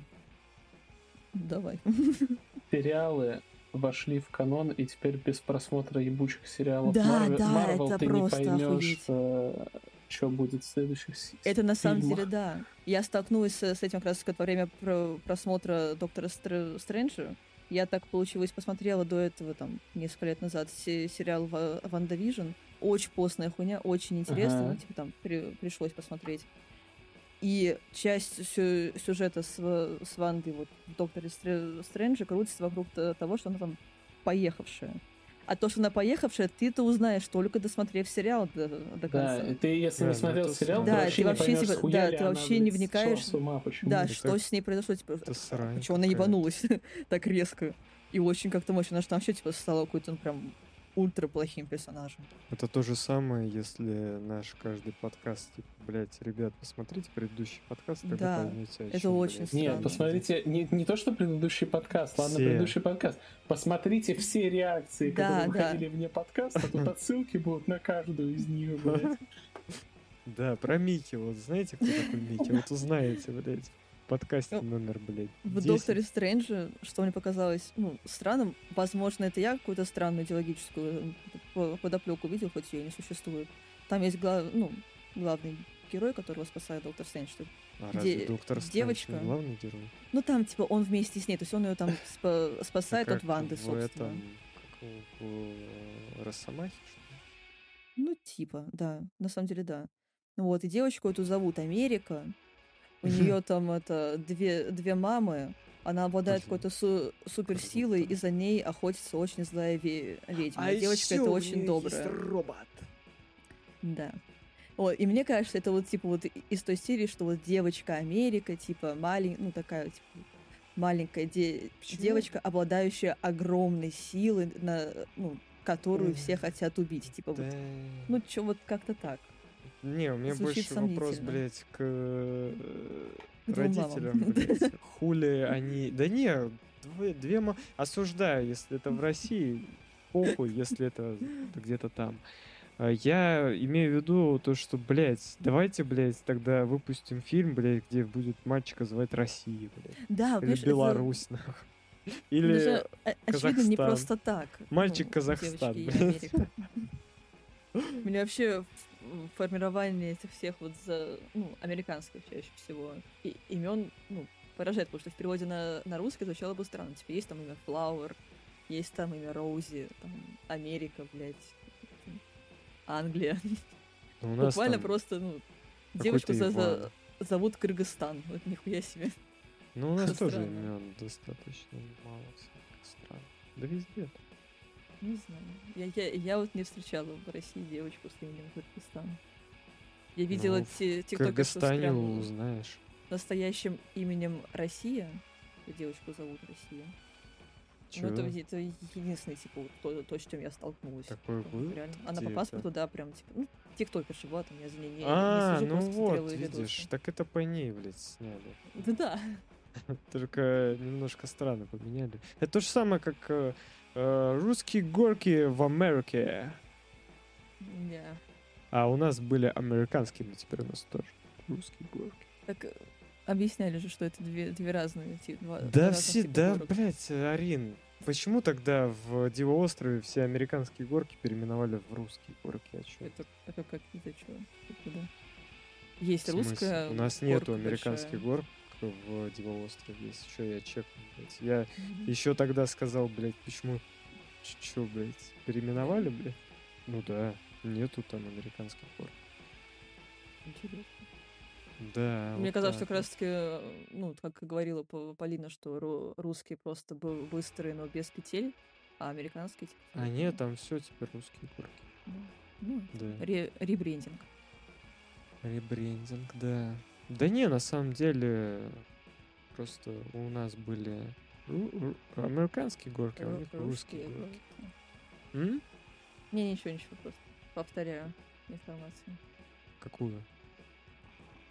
Давай. Сериалы вошли в канон, и теперь без просмотра ебучих сериалов Да, Марвел, да, Марвел это ты не просто поймешь, охуеть. что будет в следующих с- Это на самом фильмах. деле, да. Я столкнулась с, с этим как раз во время про- просмотра Доктора Стр- Стрэнджа. Я так получилось посмотрела до этого, там, несколько лет назад, се- сериал Ва- Ванда Вижн. Очень постная хуйня, очень интересно. Ага. Ну, типа, там при- пришлось посмотреть. И часть сю- сюжета с, Ва- с Вандой вот, в Докторе Стр- Стрэнджа крутится вокруг т- того, что она там поехавшая. А то, что она поехавшая, ты-то узнаешь, только досмотрев сериал до, до конца. Да, и ты, если Да, не ну смотрел это сериал, срань. ты Да, вообще ты не вообще, поймешь, типа, схуя да, ли ты она, вообще не блядь, вникаешь. сошла с ума, почему. Да, Это- что с ней произошло, типа, это срань почему она какая-то. ебанулась так резко. И очень как-то мощно, она же там вообще, типа, стала какой-то, ну, прям ультра плохим персонажем. Это то же самое, если наш каждый подкаст, типа, блядь, ребят, посмотрите предыдущий подкаст, тогда Да, поймете, о это чём, очень блядь, странно. Нет, речь посмотрите, не, не то, что предыдущий подкаст, ладно, Все. предыдущий подкаст. Посмотрите все реакции, Да, которые да. выходили вне подкаста, тут отсылки будут на каждую из них, блядь. Да, про Микки, вот знаете, кто такой Микки? Вот узнаете, блядь, в подкасте Ну, номер, блядь, В десять. Докторе Стрэнджа, что мне показалось, ну, странным, возможно, это я какую-то странную идеологическую по- подоплеку видел, хоть ее не существует. Там есть глав... ну, главный герой, которого спасает Доктор Стрэндж. что- А разве де- Доктор Стрэндж девочка. не главный герой? Ну, там, типа, он вместе с ней, то есть он ее там спа- спасает Как от Ванды, в собственно. этом, как у, у Росомахи, что ли? Ну, типа, да, на самом деле, да. Ну вот, и девочку эту зовут Америка. У нее там это две, две мамы. Она обладает Блин, какой-то су- суперсилой, круто. и за ней охотится очень злая ве- ведьма. А И девочка ещё это у очень неё есть добрая. робот. Да. Вот, и мне кажется, это вот типа вот и- из той серии, что вот девочка Америка, типа маленькая, ну такая типа маленькая де- Почему? девочка, обладающая огромной силой, на, ну, которую Ой, все хотят убить. Типа вот, Да. ну чё, вот как-то так. Не, у меня звучит больше вопрос, сомнительно. блядь, к э, К двум мамам. родителям, блядь. Хули они... Да не, две, две ма- осуждаю, если это в России, похуй, если это где-то там. А Я имею в виду то, что, блядь, давайте, блядь, тогда выпустим фильм, блядь, где будет мальчика звать Россия, блядь. Да, Или понимаешь, это- Беларусь, нахуй. это Или же, о- очевидно, не Казахстан. просто так. Мальчик ну, Казахстан, девочки и блядь. Америка. У меня вообще в- формирование этих всех вот за, ну, американских чаще всего и- имен, ну, поражает, потому что в переводе на, на русский звучало бы странно. Типа есть там имя Флауэр, есть там имя Роузи, там Америка, блядь, Англия. Ну, у нас Буквально там просто, ну, какой-то девочку за- за- Иван. зовут Кыргызстан. Вот нихуя себе. Ну, у нас Что тоже странно. имен достаточно мало всяких стран. Да везде. Не знаю. Я, я, я вот не встречала в России девочку с именем Кыргызстан. Я видела Ну, в те, В тиктокеров с Кыргызстане прям узнаешь. настоящим именем Россия. Девочку зовут Россия. Ну, это, Чё? это единственный, типа, вот то, то, с чем я столкнулась. Такой Прям был? Реально. Она Где по это? паспорту, да, прям, типа, ну, тиктокерша была, там, я за ней не, А, не слежу, ну просто вот, смотрела её видишь, видосы. так это по ней, блядь, сняли. Да, да. Только немножко странно поменяли. Это то же самое, как э, э, русские горки в Америке. Да. А у нас были американские, но теперь у нас тоже русские горки. Так э, объясняли же, что это две, две разные, ти- два, два Да разных все, типа да, горок. блядь, Арин, почему тогда в Диво-острове все американские горки переименовали в русские горки? А чё? Это, это как это что? Куда? Есть В смысле? русская. У нас нету горка американских большая. горок в Диво-острове. Если что, я чекну, блядь. Я Мгм. еще тогда сказал, блядь, почему... Ч- Чё, блядь, переименовали, блядь? Ну да, нету там американских гор. Интересно. Да, Мне вот казалось, что так как раз таки, э, ну, как и говорила П- Полина, что ру- русские просто бы- быстрые, но без петель, а американские типа. А нет, там все теперь русские горки. Ну, ну, Да. ре- ребрендинг. Ребрендинг, да. Да не, на самом деле, просто у нас были ру- ру- американские горки, а у Ру- них русские горки. горки. М? Не, ничего, ничего, просто повторяю информацию. Какую?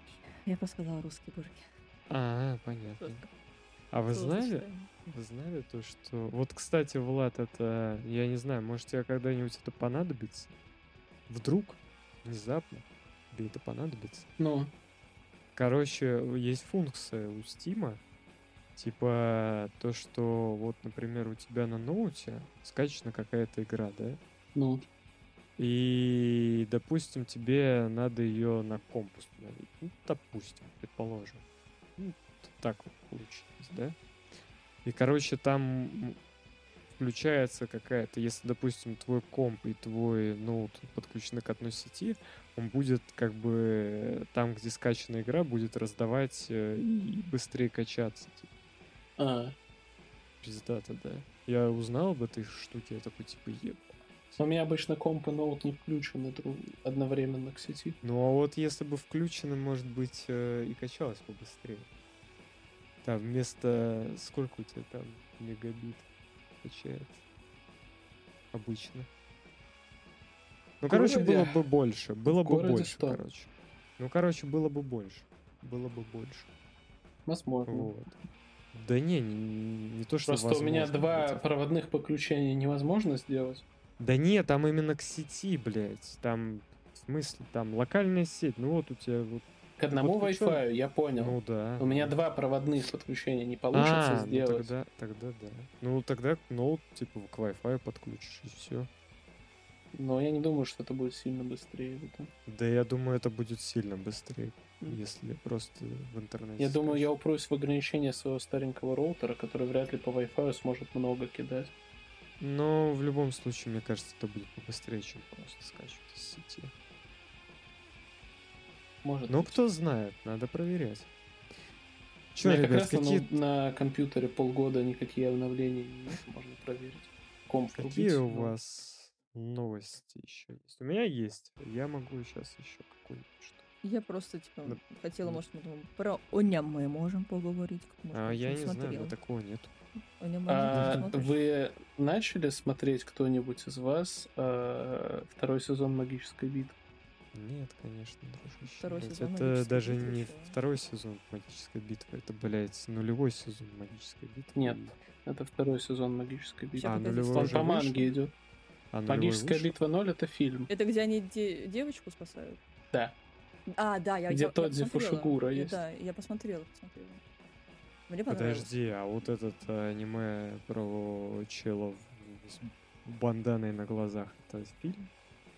Я просто сказала русские бургеры. А, понятно. Просто А вы знали, словосочетание. вы знали то, что... Вот, кстати, Влад, это... Я не знаю, может, тебе когда-нибудь это понадобится? Вдруг, внезапно, тебе это понадобится. Ну, Короче, есть функция у Стима, типа то, что вот, например, у тебя на ноуте скачана какая-то игра, да? ну, И, допустим, тебе надо ее на комп установить. Ну, допустим, предположим. Ну, т- так вот получилось, да? И, короче, там м, включается какая-то, если, допустим, твой комп и твой ноут подключены к одной сети, он будет как бы там, где скачана игра, будет раздавать э, и быстрее качаться. Типа, а. пиздата, да. Я узнал об этой штуке, я такой, типа, ебать. У меня обычно комп и ноут не включены друг одновременно к сети. Ну а вот если бы включено, может быть, э, и качалось бы быстрее. Там вместо... Сколько у тебя там мегабит качается? Обычно. Ну, В короче, городе- было бы больше. Было в бы городе больше, сто. короче. Ну, короче, было бы больше. Было бы больше. Возможно. Вот. Да не, не, не то, что Просто у меня возможно, два блядь. проводных подключения невозможно сделать. Да нет, там именно к сети, блядь. Там, в смысле, там локальная сеть. Ну вот у тебя вот... К одному Подключен? Wi-Fi, я понял. Ну да. У меня да. два проводных подключения не получится А, ну сделать. тогда, тогда да. Ну тогда ноут типа к Wi-Fi подключишь и все. Но я не думаю, что это будет сильно быстрее. это. Да я думаю, это будет сильно быстрее, М. если просто в интернете. Я думаю, я скачать. упрусь в ограничение своего старенького роутера, который вряд ли по Wi-Fi сможет много кидать. Но в любом случае, мне кажется, это будет побыстрее, чем просто скачивать из сети. Может Ну быть. кто знает, надо проверять. У Че, меня как ребят, раз на, какие, ноут- на компьютере полгода никакие обновления нет, можно проверить. Комп какие врубить, у но- вас новости еще есть? У меня есть. Я могу сейчас еще какую-нибудь что. Я просто, типа, Да. хотела, может, мы там про Оням мы можем поговорить. Может, А быть, я не знаю, смотрел. но такого нету. Оням А, не смотришь? вы начали смотреть, кто-нибудь из вас, а, второй сезон «Магической битвы»? Нет, конечно, дружище. Второй Блядь, сезон это «Магической даже битвы» не ещё. второй сезон магической битвы, это, блядь, нулевой сезон магической битвы. Нет. И- Это второй сезон «Магической битвы». Ща, А, погоди, нулевой Он уже по вышел? манге идет. А нулевой «Магическая вышел? битва ноль» — это фильм. Это где они де- девочку спасают? Да. А, да, я, Где я, я Тодзи посмотрела. Фушигура Я- есть. Да, я посмотрела, посмотрела. Мне понравилось. Подожди, а вот этот э, аниме про челов с банданой на глазах, это фильм?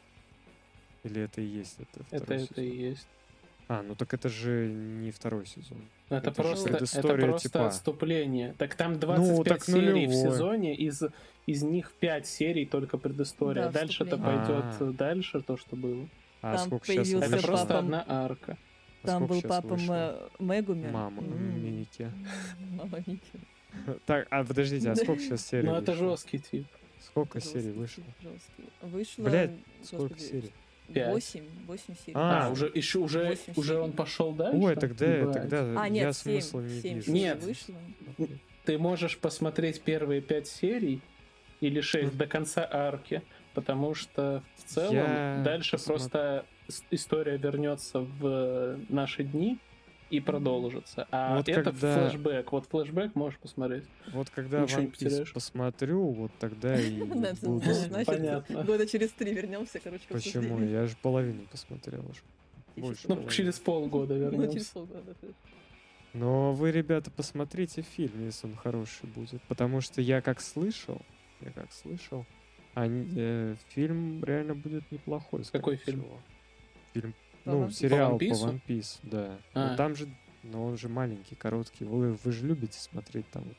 Или это и есть это Это, второй это и сезон? есть. А, ну так это же не второй сезон. Но это, Это же просто, это предыстория просто типа. отступление. Так там двадцать Ну, пять так серий в нулевой. сезоне, из, из них пять серий только предыстория. Да, Дальше это вступление. пойдет А. дальше то, что было. А Там сколько сейчас появился Это Вышло. просто папа- одна арка. Там был папа Мэ- Мегуми. Мама М. Мики. Мама Мики. Так, а подождите, а сколько сейчас серий Ну это вышло? жесткий тип. Сколько Жёсткий, серий вышло? жёсткий. Вышло, Блядь, сколько господи, серий? Пять. Восемь, восемь серий. А, А, уже еще уже, восемь уже серий. он пошел дальше? Ой, тогда, Ебать. тогда А, я нет, семь, смысла не семь вижу. серий Нет. вышло. Ты можешь посмотреть первые пять серий или шесть до конца арки, потому что в целом Я дальше посмотр- просто с- история вернется в наши дни и продолжится. А Вот это когда- флешбэк. Вот флешбэк можешь посмотреть. Вот когда Ничего не One Piece потеряешь. посмотрю, вот тогда и Да, буду ну, знать. значит, Понятно. года через три вернемся, короче, к Почему? обсуждению. Я же половину посмотрел уже. Ты Больше чё, Ну, половины. через полгода Ну, через вернемся. полгода. да. Но вы, ребята, посмотрите фильм, если он хороший будет. Потому что я как слышал, я как слышал, они- э, фильм реально будет неплохой. скорее Какой фильм? всего. Фильм, По ну, One Piece? сериал По по One Piece? One Piece, да. А. Ну, там же, ну, он же маленький, короткий. Вы, вы же любите смотреть там вот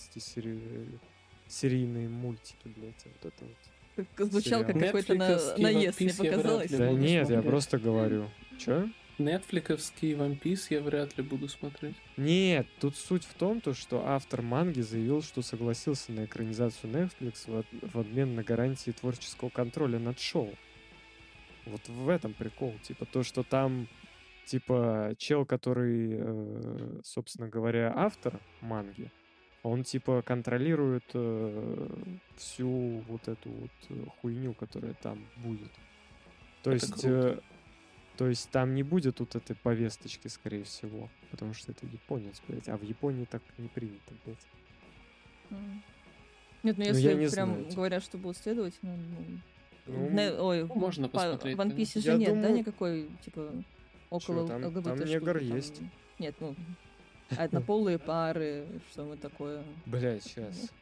двенадцатисерийные мультики, блядь, вот это вот. Как звучал как Сериал. какой-то на- Нетфликовский наезд, One мне Piece я вряд показалось. ли Да буду нет, я смотреть. просто говорю. Чё? Нетфликовский One Piece я вряд ли буду смотреть. Нет, тут суть в том, то, что автор манги заявил, что согласился на экранизацию Netflix в, от- в обмен на гарантии творческого контроля над шоу. Вот в этом прикол. Типа то, что там, типа, чел, который, э, собственно говоря, автор манги, он, типа, контролирует э, всю вот эту вот э, хуйню, которая там будет. То Это есть... круто. э, То есть там не будет вот этой повесточки, скорее всего. Потому что это японец, блядь. А в Японии так не принято, блядь. М. Нет, ну Ну, если я не прям знаю, типа. говорят, что будут следовать, ну... ну, Ну, не- ой, Ну, можно по посмотреть. One конечно. Piece же Я нет, да, думаю- никакой, типа, около Чё, там- ЛГБТ там штуки, негр там- есть. Нет, ну, однополые пары, что мы такое... Блядь, сейчас.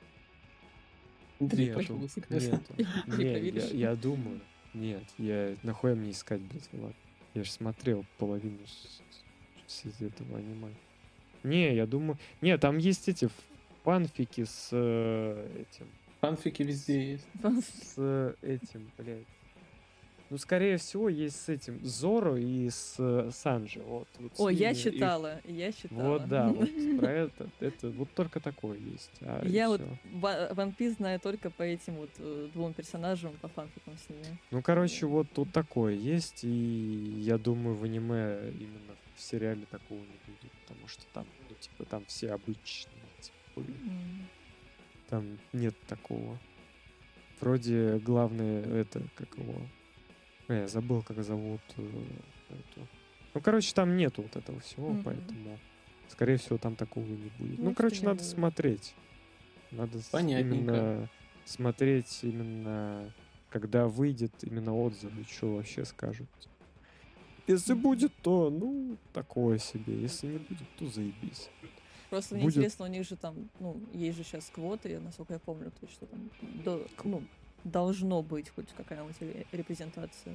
Андрей, Нету. пожалуйста. Нету. Не, я, Перепроверишь? я думаю. Нет, я нахуй мне искать, блядь, Влад. Я же смотрел половину с, с из этого аниме. Не, я думаю... Не, там есть эти фанфики с э, этим... Фанфики везде есть. С э, этим, блядь. Ну, скорее всего, есть с этим Зоро и с э, Санджи. Вот, вот с Ой, я ними их- читала, я читала. Вот, да, вот про это, это вот только такое есть. А, и Я вот всё. Ва- One Piece знаю только по этим вот э, двум персонажам, по фанфикам с ними. Ну, короче, вот тут такое есть, и я думаю, в аниме именно в сериале такого не будет, потому что там, ну, типа, там все обычные, типа, были. М. Там нет такого. Вроде главное это, как его... Э, я забыл, как зовут э, эту. Ну, короче, там нету вот этого всего, Мгм. поэтому, скорее всего, там такого не будет. Ну, Может, короче, и не надо будет. смотреть. Надо с- Понятненько. именно смотреть именно, когда выйдет именно отзывы, что вообще скажут. Если Мгм. будет, то, ну, такое себе. Если не будет, то заебись. Просто мне Будет- интересно, у них же там, ну, есть же сейчас квоты, насколько я помню, то есть что там до- ну, должно быть хоть какая-нибудь ре- репрезентация.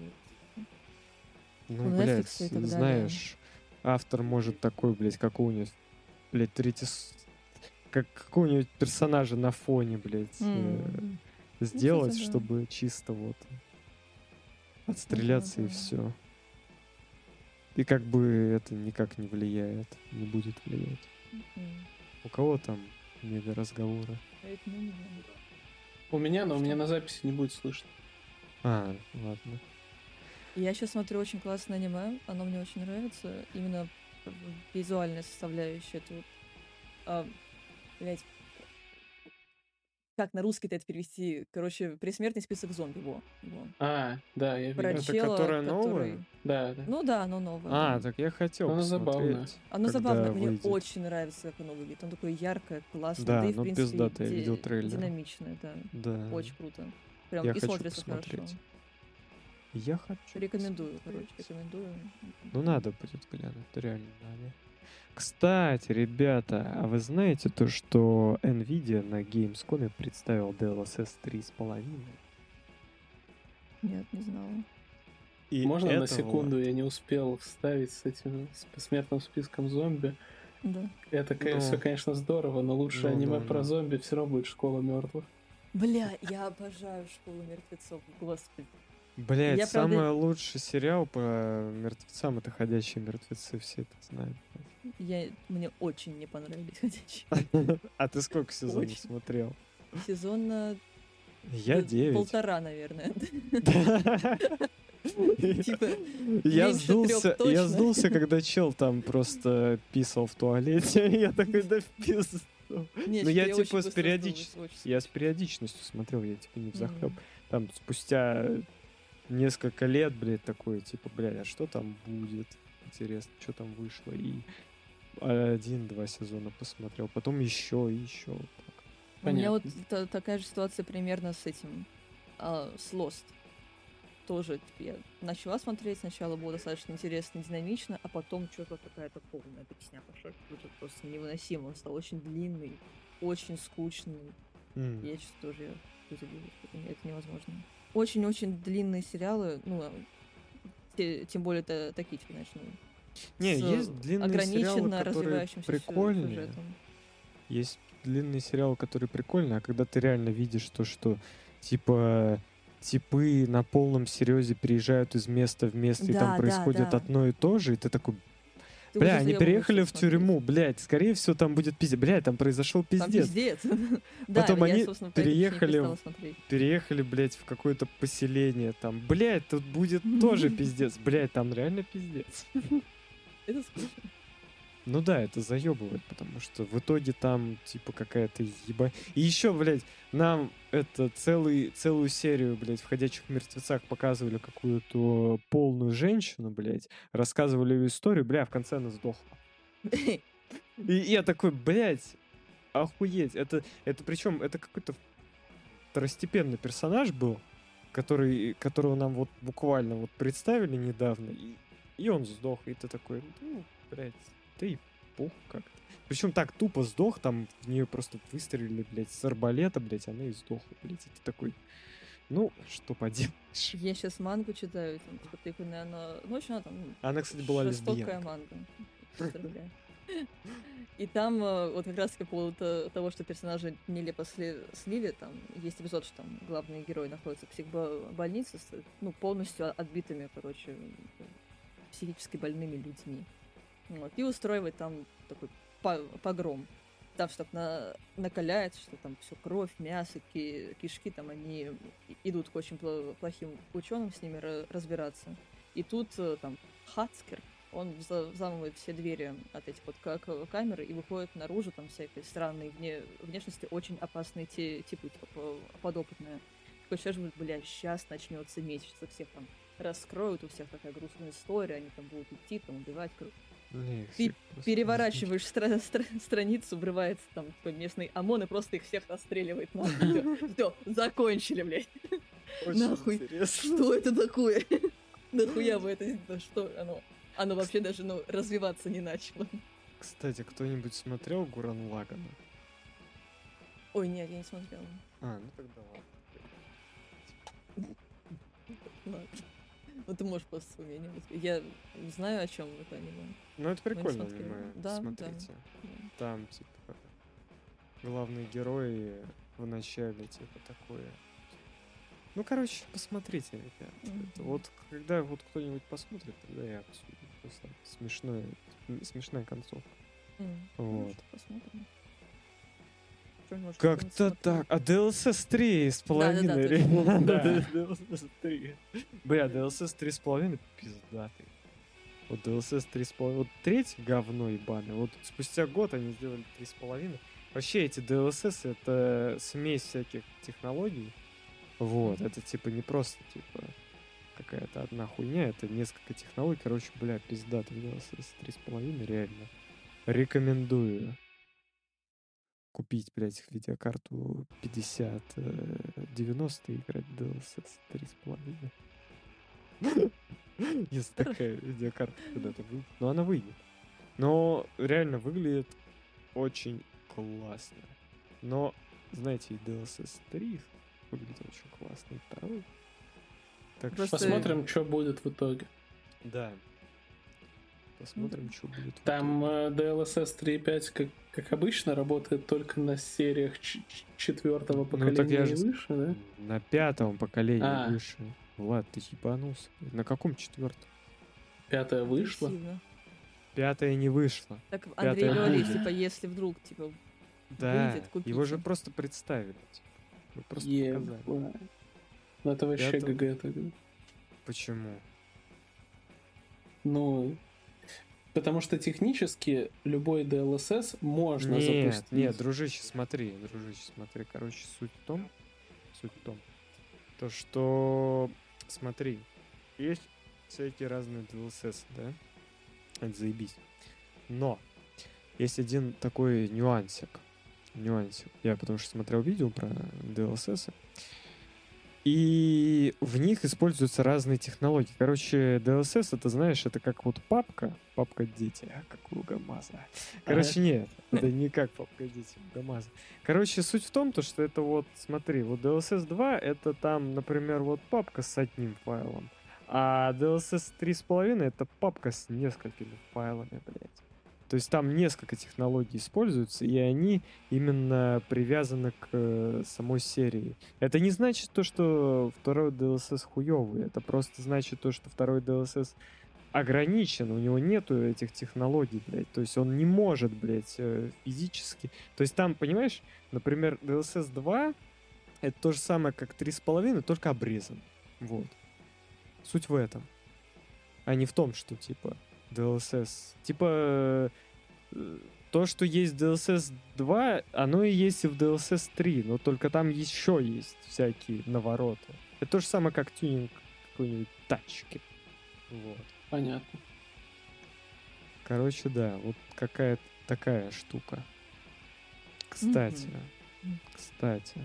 Ну, У блядь, Netflix и так далее. знаешь, автор может такой, блядь, какого-нибудь, блядь, третий... с- Как какого-нибудь персонажа на фоне, блядь, э, М. сделать, кстати, да. чтобы чисто вот отстреляться и да. все. И как бы это никак не влияет, не будет влиять. М. У кого там мега разговоры? Это, ну, не знаю. У меня, но у Что? меня на записи не будет слышно. А, ладно. Я сейчас смотрю очень классное аниме, оно мне очень нравится. Именно в- визуальная составляющая. Это вот, а, блядь, как на русский-то это перевести? Короче, «Предсмертный список зомби», во. во. А, да, я Про видел. Это чела, которая который... новая? Да, да. Ну да, оно новое. А, да. так я хотел Оно забавное. посмотреть. Оно когда забавно, мне выйдет. очень нравится, как оно выглядит. Оно такое яркое, классное, Да, да и, в ну, принципе, пиздато, я ди- видел трейлер. динамичное, да. Да. Очень круто. Прям Я и хочу смотрится посмотреть. хорошо. Я хочу. Рекомендую, посмотреть. короче, рекомендую. Ну, надо будет глянуть, реально надо. Кстати, ребята, а вы знаете то, что Nvidia на Gamescom представил ди эл эс эс три с половиной? Нет, не знала. И Можно на этого- секунду, я не успел вставить с этим с посмертным списком зомби. Да. Это, Ну. все, конечно, здорово, но лучше Ну, аниме ну, про ну. зомби все равно будет «Школа мертвых». Бля, я обожаю «Школу мертвецов», господи. Блять, Я, правда- самый лучший сериал по мертвецам — это «Ходячие мертвецы», все это знают. Я, мне очень не понравились «Ходячие». А ты сколько сезонов Очень. смотрел? Сезона Я д- девять. полтора, наверное. Типа, Я меньше сдулся, трёх точно. я сдулся, когда чел там просто писал в туалете. Я такой, да в пизду. не, Ну, что-то я очень типа с быстро периодич- сдулась, очень Я с периодичностью смотрел, я типа не взахлеб. Мгм. Там спустя несколько лет, блядь, такое, типа, блядь, а что там будет? Интересно, что там вышло? И один-два сезона посмотрел, потом еще и еще. Вот так. У меня вот Понятно. та- такая же ситуация примерно с этим, а, с Lost. Тоже типа, я начала смотреть, сначала было достаточно интересно, динамично, а потом что-то какая-то полная песня пошла. Это просто невыносимо. Он стал очень длинный, очень скучный. М. Я сейчас тоже я забилась, это это невозможно. Очень-очень длинные сериалы, ну, а, те- тем более это такие, типа, знаешь, ну, Не, с есть длинные сериалы, ограниченно которые развивающимся сю- прикольные. сюжетом. Есть длинные сериалы, которые прикольные, а когда ты реально видишь то, что типа типы на полном серьезе переезжают из места в место, и Да, там да, происходит да. одно и то же, и ты такой, Ты бля, уже они заебываешься переехали в смотреть. тюрьму, блядь, скорее всего там будет пиздец. Блядь, там произошел Там пиздец. пиздец. Да, Потом я, они собственно, поэтому ещё не переехали перестала в- смотреть. Переехали, блядь, в какое-то поселение, там, блядь, тут будет тоже пиздец. Блядь, там реально пиздец. Это скучно. Ну да, это заебывает, потому что в итоге там, типа, какая-то еба... И еще, блядь, нам это целый, целую серию, блядь, в «Ходячих мертвецах» показывали какую-то полную женщину, блядь, рассказывали ее историю, бля, в конце она сдохла. И я такой, блядь, охуеть. Это, это причем, это какой-то второстепенный персонаж был, который, которого нам вот буквально вот представили недавно, и, и он сдох, и ты такой, ну, блядь, да и пух как-то. Причем так тупо сдох, там в нее просто выстрелили, блядь, с арбалета, блядь, она и сдохла, блядь, и ты такой, ну, что поделаешь. Я сейчас мангу читаю, там, типа, прикольная, она... Ну, в общем, она там... Она, кстати, была жестокая лесбиянка. манга. Поздравляю. И там э, вот как раз по поводу того, что персонажи нелепо сли- слили, там есть эпизод, что там главный герой находится в психбольнице с, ну, полностью отбитыми, короче, психически больными людьми. Вот. И устраивает там такой по- погром. Там что-то на- накаляется, что там все кровь, мясо, ки- кишки, там они и- идут к очень пло- плохим ученым с ними ра- разбираться. И тут э, там Хацкер, он за- взламывает все двери от этих вот ка- ка- камер и выходит наружу, там всякие странные вне- внешности, очень опасные те- типы, типа по- подопытные. Такой сейчас же, бля, сейчас начнется меч, что всех там раскроют, у всех такая грустная история, они там будут идти, там убивать. Не, Ты всех просто переворачиваешь стра- стра- страницу, врывается там такой местный ОМОН и просто их всех расстреливает. Все, закончили, блядь. очень Нахуй. интересно. Что это такое? Нахуя вы это сделали? Что оно? Оно вообще даже, ну, развиваться не начало. Кстати, кто-нибудь смотрел Гуррен Лаганна? Ой, нет, я не смотрела. А, ну тогда ладно. Ладно. Ну, ты можешь просто свое мнение высказать. Я знаю, о чем это аниме. Ну это прикольно смотрела. аниме, Да, смотрите. да. Там, типа, главные герои в начале, типа, такое. Ну, короче, посмотрите, ребят. Мгм. Это вот, когда вот кто-нибудь посмотрит, тогда я обсудим. Просто смешное, м, смешная концовка. М, Вот. может, посмотрим. Что, может, Как-то кто-нибудь так. смотрел? А ди эл эс эс три с половиной, Да-да-да, реально. Да. ди эл эс эс три. Бля, ди эл эс эс три с половиной пиздатый. Вот ди эл эс эс три с половиной. Вот треть говно ебаное. Вот спустя год они сделали три с половиной. Вообще эти ди эл эс эс это смесь всяких технологий. Вот, это типа не просто типа какая-то одна хуйня, это несколько технологий. Короче, бля, пиздатый ди эл эс эс три с половиной, реально. Рекомендую купить, блядь, видеокарту пятьдесят девяносто и играть в ди эл эс эс три с половиной. Если такая видеокарта когда-то выйдет. Но она выйдет. Но реально выглядит очень классно. Но, знаете, и ди эл эс эс три выглядит очень классно. И второй. Так Просто- что... Посмотрим, что будет в итоге. Да. Посмотрим, что будет. в Там итоге. э, ди эл эс эс три точка пять, как, как обычно, работает только на сериях ч- ч- четвертого Ну, так поколения я и же- выше, да? На пятом поколении А. выше. Влад, ты ебанулся. На каком четвертом? Пятая вышла. Агрессивно. Пятое не вышло. Так Андрей Пятое говорит, будет. типа, если вдруг, типа, Да, Выйдет, купите. его же просто представили. типа. Его просто показали. Ебать. Ну это вообще Пятого. ГГ тогда. Почему? Ну, потому что технически любой ди эл эс эс можно Нет, запустить. нет, дружище, смотри, дружище, смотри. Короче, суть в том, суть в том, то что, смотри, есть всякие разные ди эл эс эс, да? Это заебись. Но есть один такой нюансик. Нюансик. Я потому что смотрел видео про ди эл эс эс. И в них используются разные технологии. Короче, ди эл эс эс, это, знаешь, это как вот папка, папка дети, а как у ГАМАЗа. Короче, нет, это не как папка дети у ГАМАЗа. Короче, суть в том, то, что это вот, смотри, вот ди эл эс эс два, это там, например, вот папка с одним файлом, а ди эл эс эс три с половиной это папка с несколькими файлами, блядь. То есть там несколько технологий используются, и они именно привязаны к э, самой серии. Это не значит то, что второй ди эл эс эс хуёвый. Это просто значит то, что второй ди эл эс эс ограничен, у него нету этих технологий, блядь. То есть он не может, блядь, э, физически... То есть там, понимаешь, например, ди эл эс эс два это то же самое, как три с половиной, только обрезан. Вот. Суть в этом. А не в том, что, типа, ди эл эс эс... Типа, э, то, что есть в ди эл эс эс два, оно и есть и в ди эл эс эс три, но только там еще есть всякие навороты. Это то же самое, как тюнинг какой-нибудь тачки. Вот. Понятно. Короче, да, вот какая-то такая штука. Кстати, Мгм. кстати.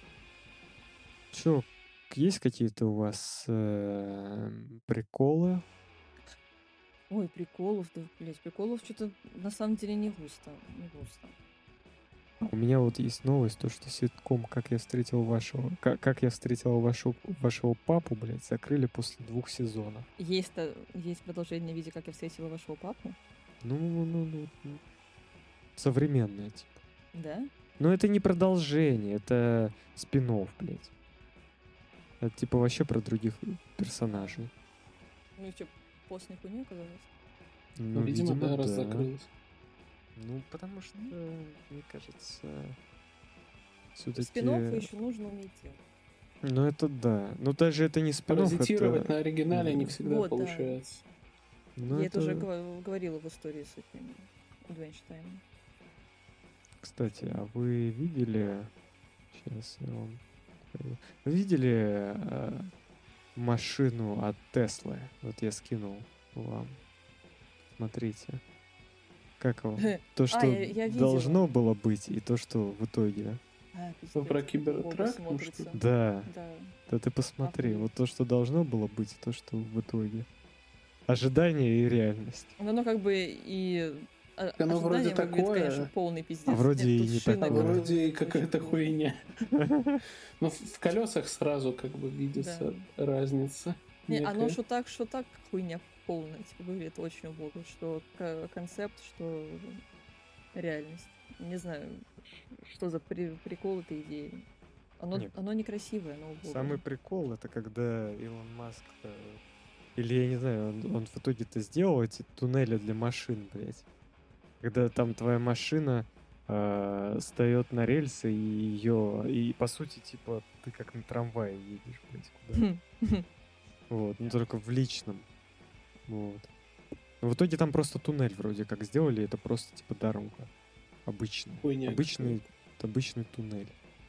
Чё, есть какие-то у вас э, приколы? Ой, приколов, да, блядь, приколов что-то на самом деле не густо, не густо. У меня вот есть новость, то, что ситком «Как я встретил вашего...» Как, как я встретила вашего, вашего папу, блядь, закрыли после двух сезонов. Есть-то, есть продолжение в виде «Как я встретила вашего папу», Ну, ну, ну, ну, ну, современное, типа. да? Но это не продолжение, это спин-офф, блядь. Это типа вообще про других персонажей. Ну, что, постной хуйней оказалось? Ну, видимо, да, раз закрылось. Ну, потому что, мне кажется, все-таки... Спин-оффы еще нужно уметь делать. Ну, это да. Но даже это не спин-офф, Паразитировать это... на оригинале Да. не всегда Вот, да. получается. Ну, Я это уже это... гова- говорила в истории с этим Adventure Time. Кстати, а вы видели... Сейчас я вам... покажу. Вы видели э, машину от Теслы? Вот я скинул вам. Смотрите. Как вам? То, что я- я видела. должно было быть, и то, что в итоге. А, пиздец, Ну, про как кибертрак, убого ну, смотрится. что- Да. Да. Да ты посмотри. Охуеть. Вот то, что должно было быть, и то, что в итоге. Ожидание и реальность. Ну, оно как бы и... а- Оно вроде ожидание выглядит, такое, конечно, полный пиздец. а вроде Нет, и тут не шины, А такое. которые вроде и очень какая-то плохо. хуйня. Но в в колесах сразу как бы видится разница. Не, оно некая. что так, что так, хуйня полная. Типа выглядит очень убого. Что к- концепт, что реальность. Не знаю, что за при- прикол этой идеи. Оно, Нет. оно некрасивое, оно убогое. Самый прикол это когда Илон Маск э, или я не знаю, он, он в итоге-то сделал эти туннели для машин, блядь. Когда там твоя машина э, встает на рельсы и ее и по сути типа ты как на трамвае едешь, блядь, куда. Вот, ну только в личном. Вот. Но в итоге там просто туннель вроде как сделали, это просто типа дорога обычная, Хуйня обычный, обычный туннель.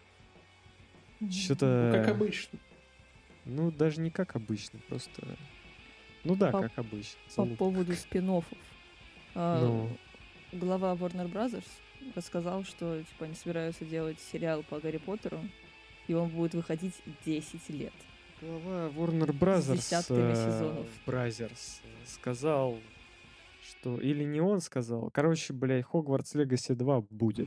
Мгм. Что-то. Ну, как обычно. Ну, даже не как обычно, просто... Ну да, По- как обычно. По залупа. поводу спин-оффов. А, Ну. Глава Warner Brothers рассказал, что типа они собираются делать сериал по Гарри Поттеру, и он будет выходить десять лет. Глава Warner Brothers, десятками э, сезонов. Brothers сказал, что... Или не он сказал. Короче, блядь, Хогвартс Легаси два будет.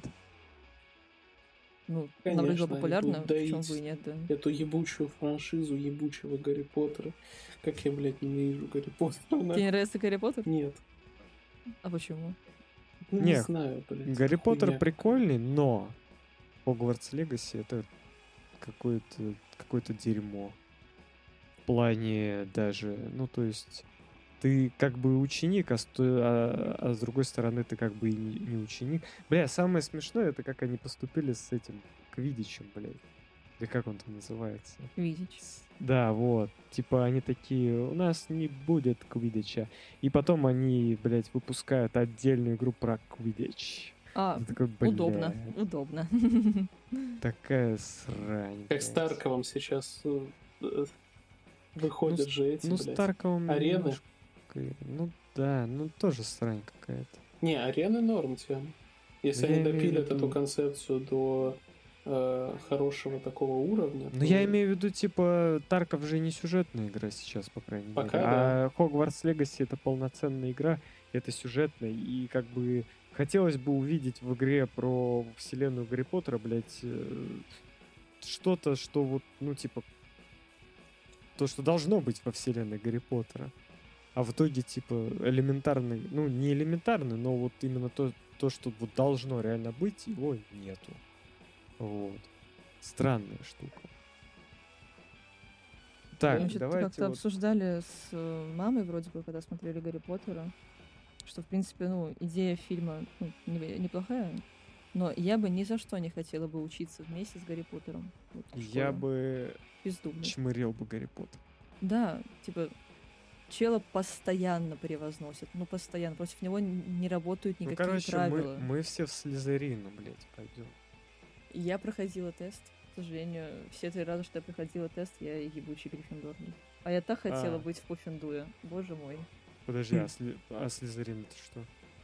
Ну, Конечно, она вроде они популярна, будут почему доить бы и нет, да. Эту ебучую франшизу ебучего Гарри Поттера. Как я, блядь, ненавижу Гарри Поттера. нахуй. Тебе не нравится Гарри Поттер? Нет. А почему? Ну, не Не, знаю, блядь. Гарри Поттер хуйня. прикольный, но Хогвартс Легаси это какое-то какое-то дерьмо. В плане даже, ну то есть ты как бы ученик, а, сто- а- а с другой стороны ты как бы и не, не ученик. Бля, самое смешное это как они поступили с этим Квиддичем, блядь. Или как он там называется? Видеть. Да, вот. Типа они такие, у нас не будет Квиддича. И потом они, блядь, выпускают отдельную игру про Квиддич. А, Ты такой, блядь, удобно, удобно. такая срань. Как блядь. с Тарковым сейчас э, э, выходят Ну, же эти, Ну, с блядь. Тарковым арены. немножко- Ну да, ну тоже срань какая-то. Не, арены норм тема. Если Ну, я они имею в допилят виду- эту концепцию до э, хорошего такого уровня, Ну то я имею в виду, типа, Тарков же не сюжетная игра сейчас, по крайней Пока мере. А Хогвартс Легаси это полноценная игра, это сюжетная, и как бы хотелось бы увидеть в игре про вселенную Гарри Поттера, блядь, э, что-то, что вот, ну, типа, то, что должно быть во вселенной Гарри Поттера. А в итоге, типа, элементарный, ну, не элементарный, но вот именно то, то, что вот должно реально быть, его нету. Вот. Странная штука. Так, Мы что-то давайте как-то вот- обсуждали с э, мамой вроде бы, когда смотрели Гарри Поттера, что, в принципе, ну, идея фильма ну, не- неплохая, но я бы ни за что не хотела бы учиться вместе с Гарри Поттером. Вот, в Я школе. бы Пизду, блядь. чмырил бы Гарри Поттер. Да, типа, чела постоянно превозносят. Ну, постоянно. Против него не работают Ну, никакие короче, правила. мы, мы все в Слизерину, блядь, пойдем. Я проходила тест. К сожалению, все три раза, что я проходила тест, я ебучий Гриффиндор. А я так хотела А. быть в Пуффендуе. Боже мой. Подожди, а, сли... а Слизерин это что?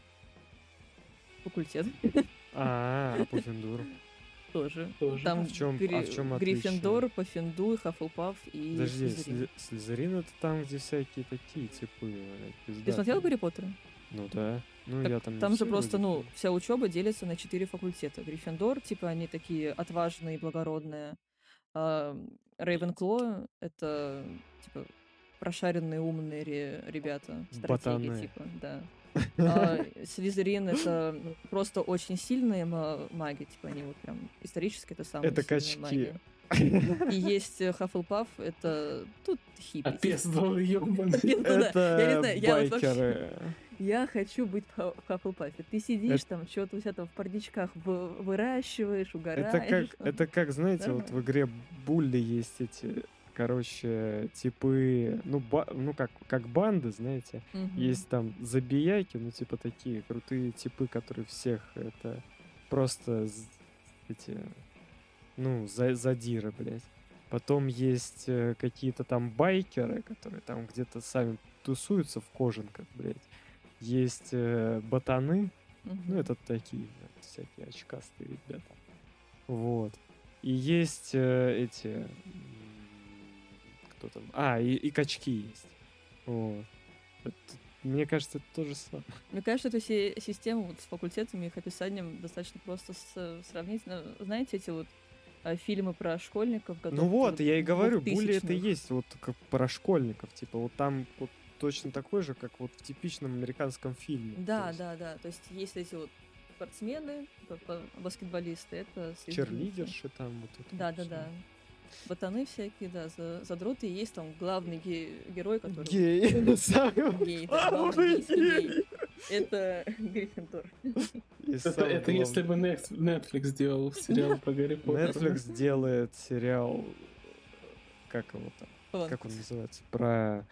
Факультет А, а Пуффендур. тоже. Тоже. Там А в чём- Гри- а в чём отличие? Гриффиндор, Пуффендуй, Хаффлпафф и Подожди, Слизерин. Сли- Слизерин это там, где всякие такие типы. блядь, Ты пиздатые. смотрел Гарри Поттера? Ну да. Ну Так я там не Там же все просто, вроде ну, помню. вся учеба делится на четыре факультета. Гриффиндор, типа, они такие отважные, благородные. А, Рейвенкло — это, типа, прошаренные, умные ре- ребята. Стратеги, Ботаны. типа, да. А Слизерин — это просто очень сильные ма- маги, типа, они вот прям исторически это самые Это сильные качки. маги. И есть э, Хаффлпафф, это тут хиппи. Опездал, ёбаный. Ну да, я не Это знаю, я вот вообще- байкеры. Я хочу быть в Ха- в Хаффлпаффе. Ты сидишь там, что-то у себя там в парничках вы- выращиваешь, угораешь. Это как, это как, знаете, вот Нормально. в игре Булли есть эти, короче, типы, ну, ба- ну как, как банды, знаете. Мгм. Есть там забияки, ну, типа такие крутые типы, которые всех это просто з- эти, ну, за- задиры, блядь. Потом есть э, какие-то там байкеры, которые там где-то сами тусуются в кожанках, блядь. Есть э, ботаны, Мгм. ну, это такие да, всякие очкастые ребята. Вот. И есть э, эти... м, Кто там? А, и, и качки есть. Вот. Это- мне кажется, это то же самое. Мне кажется, эту си- систему вот с факультетами и их описанием достаточно просто с- сравнить. Ну, знаете, эти вот а, фильмы про школьников, Ну которые вот, я и говорю, Булли это и двухтысячных. есть вот как про школьников. Типа вот там вот точно такой же, как вот в типичном американском фильме. То Да, есть да, да. То есть есть эти вот спортсмены, п- п- баскетболисты, это слизеринцы. Черлидерши там вот это. Да, вот да, всё. да. Ботаны всякие, да, за- задроты. И есть там главный ге- герой, который... Гей. Самый Гей, да, главный главный гейский гей. гей. Это Гриффиндор. И Это, самый это если главный. бы Нет- Netflix сделал сериал про Гарри Поттера. Netflix делает сериал, как его там, Вон. как он называется, про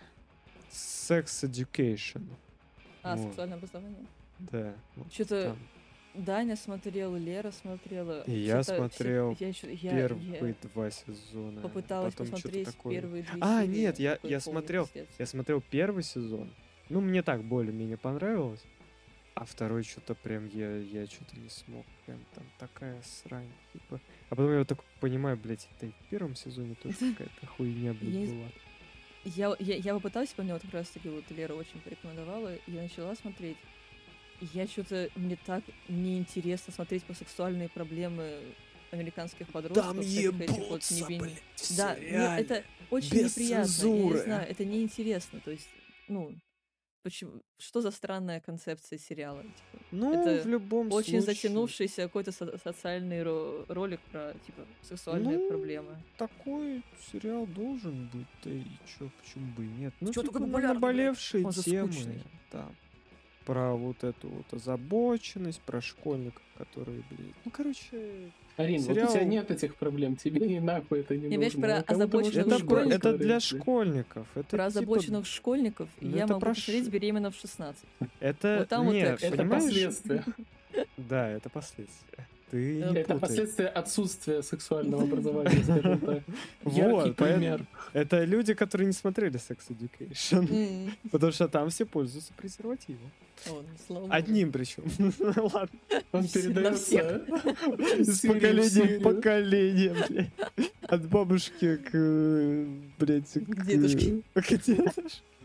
Sex Education. А, Вот. сексуальное образование. Да. вот Чё-то там. Даня смотрел, Лера смотрела. И я Всё-то- смотрел всё- я ещё- я- Первые я два сезона. попыталась потом чё-то посмотреть такое. первые две А, серии. нет, я- Такой я полный смотрел. пиздец. Я смотрел первый сезон. Ну, мне так более-менее понравилось. А второй что-то прям я, я что-то не смог. Прям там такая срань. Типа. А потом я вот так понимаю, блядь, это и в первом сезоне тоже какая-то хуйня, блядь, Есть- была. Я, я, я попыталась, помню, вот как раз таки вот Лера очень порекомендовала, и я начала смотреть. И я что-то, мне так неинтересно смотреть по сексуальные проблемы американских подростков. Там всяких этих вот ебутся, невин- блядь, в Да, мне сериале. это очень без неприятно. Я цензуры. не знаю, это неинтересно. То есть, ну, почему, что за странная концепция сериала? Типа, Ну, это в любом очень случае. затянувшийся какой-то со- социальный ро- ролик про, типа, сексуальные Ну, проблемы. Такой сериал должен быть, да и чё, почему бы и нет. Ну, Чё типа, такой на популярный, блядь? наболевшие Он же темы, скучный. там, про вот эту вот озабоченность, про школьников, которые, блядь, ну, короче, Арин, вот сериал- у тебя нет этих проблем, тебе и нахуй это не Не, понимаешь, нужно. про А кому-то может озабоченных это, нужно, про- школьников это говорить, для блядь. школьников. Это Про типа- озабоченных школьников ну, я это могу про посмотреть ш- беременна в шестнадцать. Это, Вот там вот нет, экшен. Это понимаешь? последствия. Да, это последствия. Ты Это не Это путай. последствия отсутствия сексуального образования, скажем так. Вот, Яркий поэтому- пример. Это люди, которые не смотрели Sex Education. М. Потому что там все пользуются презервативом. О, ну, слава богу. Одним причем. Ладно. Он На передается Из серии в поколения в серию. поколение, блядь. От бабушки к, э, блядь, К дедушке. К дедушке.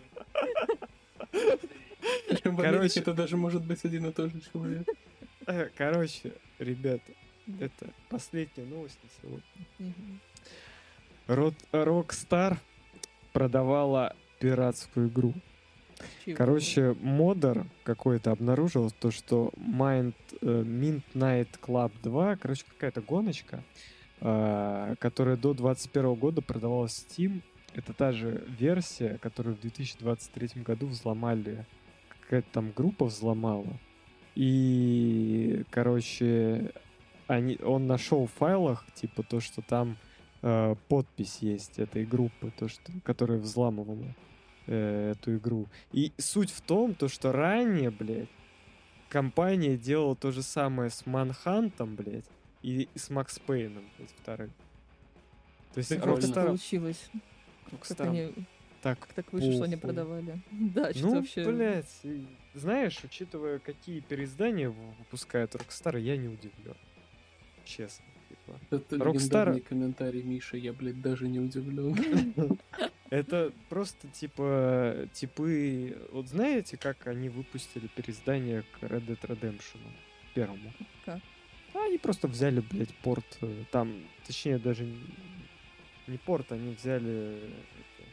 Причем в Короче. Америке это даже может быть один и тот же человек. Э, Короче, ребята, это последняя новость на сегодня. Мгм. Рот- Rockstar продавала пиратскую игру. Чего? Короче, модер какой-то обнаружил то, что Mind, э, Midnight Club два, короче, какая-то гоночка, э, которая до двадцать первого года продавалась в Steam. Это та же версия, которую в две тысячи двадцать третьем году взломали. Какая-то там группа взломала. И, короче, они, он нашел в файлах, типа, то, что там э, подпись есть этой группы, то, что, которая взламывала. э, эту игру. И суть в том, то, что ранее, блядь, компания делала то же самое с Манхантом, блядь, и, и с Макс Пейном, блядь, вторым. То есть Прикольно. Как так Rockstar, получилось? Как Rockstar они... так Как так вышло, что они похуй. продавали? Да, что-то Ну, вообще... блядь, и знаешь, учитывая, какие переиздания в- выпускает Rockstar, я не удивлен. Честно. Типа. Это Rockstar- легендарный комментарий Миша, я, блядь, даже не удивлен. Это просто типа типы. Вот знаете, как они выпустили переиздание к Red Dead Redemption первому? Как? А они просто взяли, блядь, порт. э, Там, точнее, даже не, не порт, они взяли это,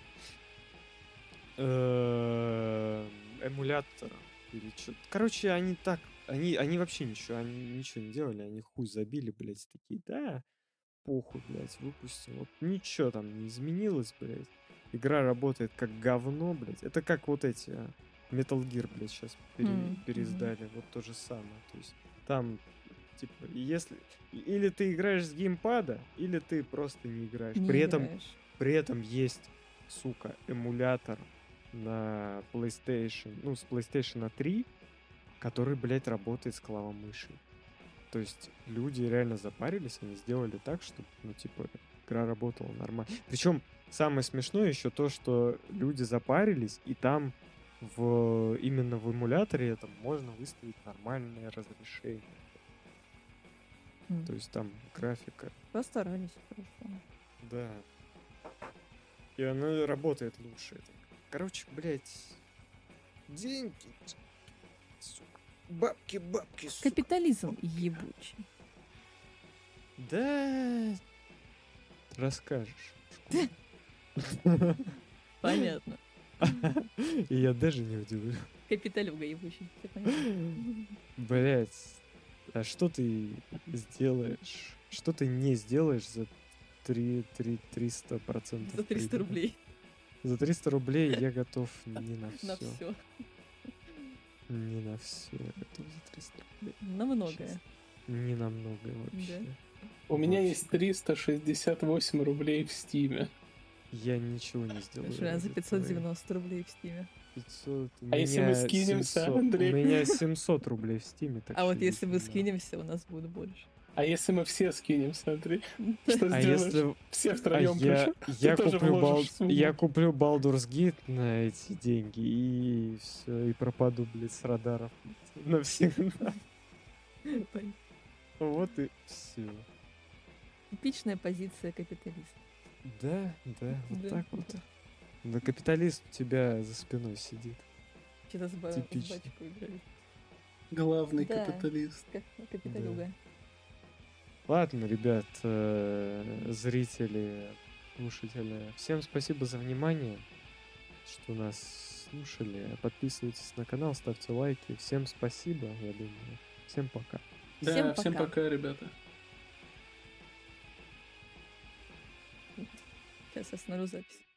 э, эмулятор или что. Короче, они так. Они, они вообще ничего, они ничего не делали, они хуй забили, блядь, такие, да, похуй, блядь, выпустим. Вот ничего там не изменилось, блядь. Игра работает как говно, блядь. Это как вот эти а, Metal Gear, блядь, сейчас Мгм, переиздали. Вот то же самое. То есть там, типа, если... Или ты играешь с геймпада, или ты просто не играешь. Не при этом, играешь. при этом есть, сука, эмулятор на PlayStation, ну, с PlayStation три, который, блядь, работает с клавомышей. То есть люди реально запарились, они сделали так, чтобы, ну, типа, игра работала нормально. Причем самое смешное еще то, что люди запарились, и там в именно в эмуляторе этом можно выставить нормальное разрешение. М. То есть там графика, Постарались, хорошо. да. И она работает лучше. Это- Короче, блядь, деньги, сука. Бабки, бабки, сука. Капитализм ебучий. Да, расскажешь. Понятно. И я даже не удивлен. Капиталюга ебучий. Всё понятно. Блять, а что ты сделаешь? Что ты не сделаешь за три, три, триста процентов? За триста прибыли? рублей. За триста рублей я готов не на На все. все. Не на все я готов за триста рублей. На многое. Честно. Не на многое вообще. У меня Вообще. есть триста шестьдесят восемь рублей в Стиме. Я ничего не сделаю. Слушай, а за ради пятьсот твоей- девяносто рублей в стиме. пятьсот. У А если мы меня скинемся, семьсот. Андрей? У меня семьсот рублей в стиме. так А вот что если мы да. скинемся, у нас будет больше. А если мы все скинем, смотри, что А сделаешь? если Все а втроем я, причем. я, тоже куплю Бал- вложишь сумму. я куплю Baldur's Gate на эти деньги и все, и пропаду, блядь, с радаров навсегда. Понятно. Вот и все. Типичная позиция капиталиста. Да, да, вот Да. так вот. Да капиталист у тебя за спиной сидит. Что-то с, ба- с Типично. бачкой играли. Главный Да. капиталист. Как капиталюга. Ладно, ребят, э, зрители, слушатели, всем спасибо за внимание, что нас слушали. Подписывайтесь на канал, ставьте лайки. Всем спасибо, я думаю. Всем пока. Да, Всем всем пока. пока, ребята. Сейчас остановлю запись.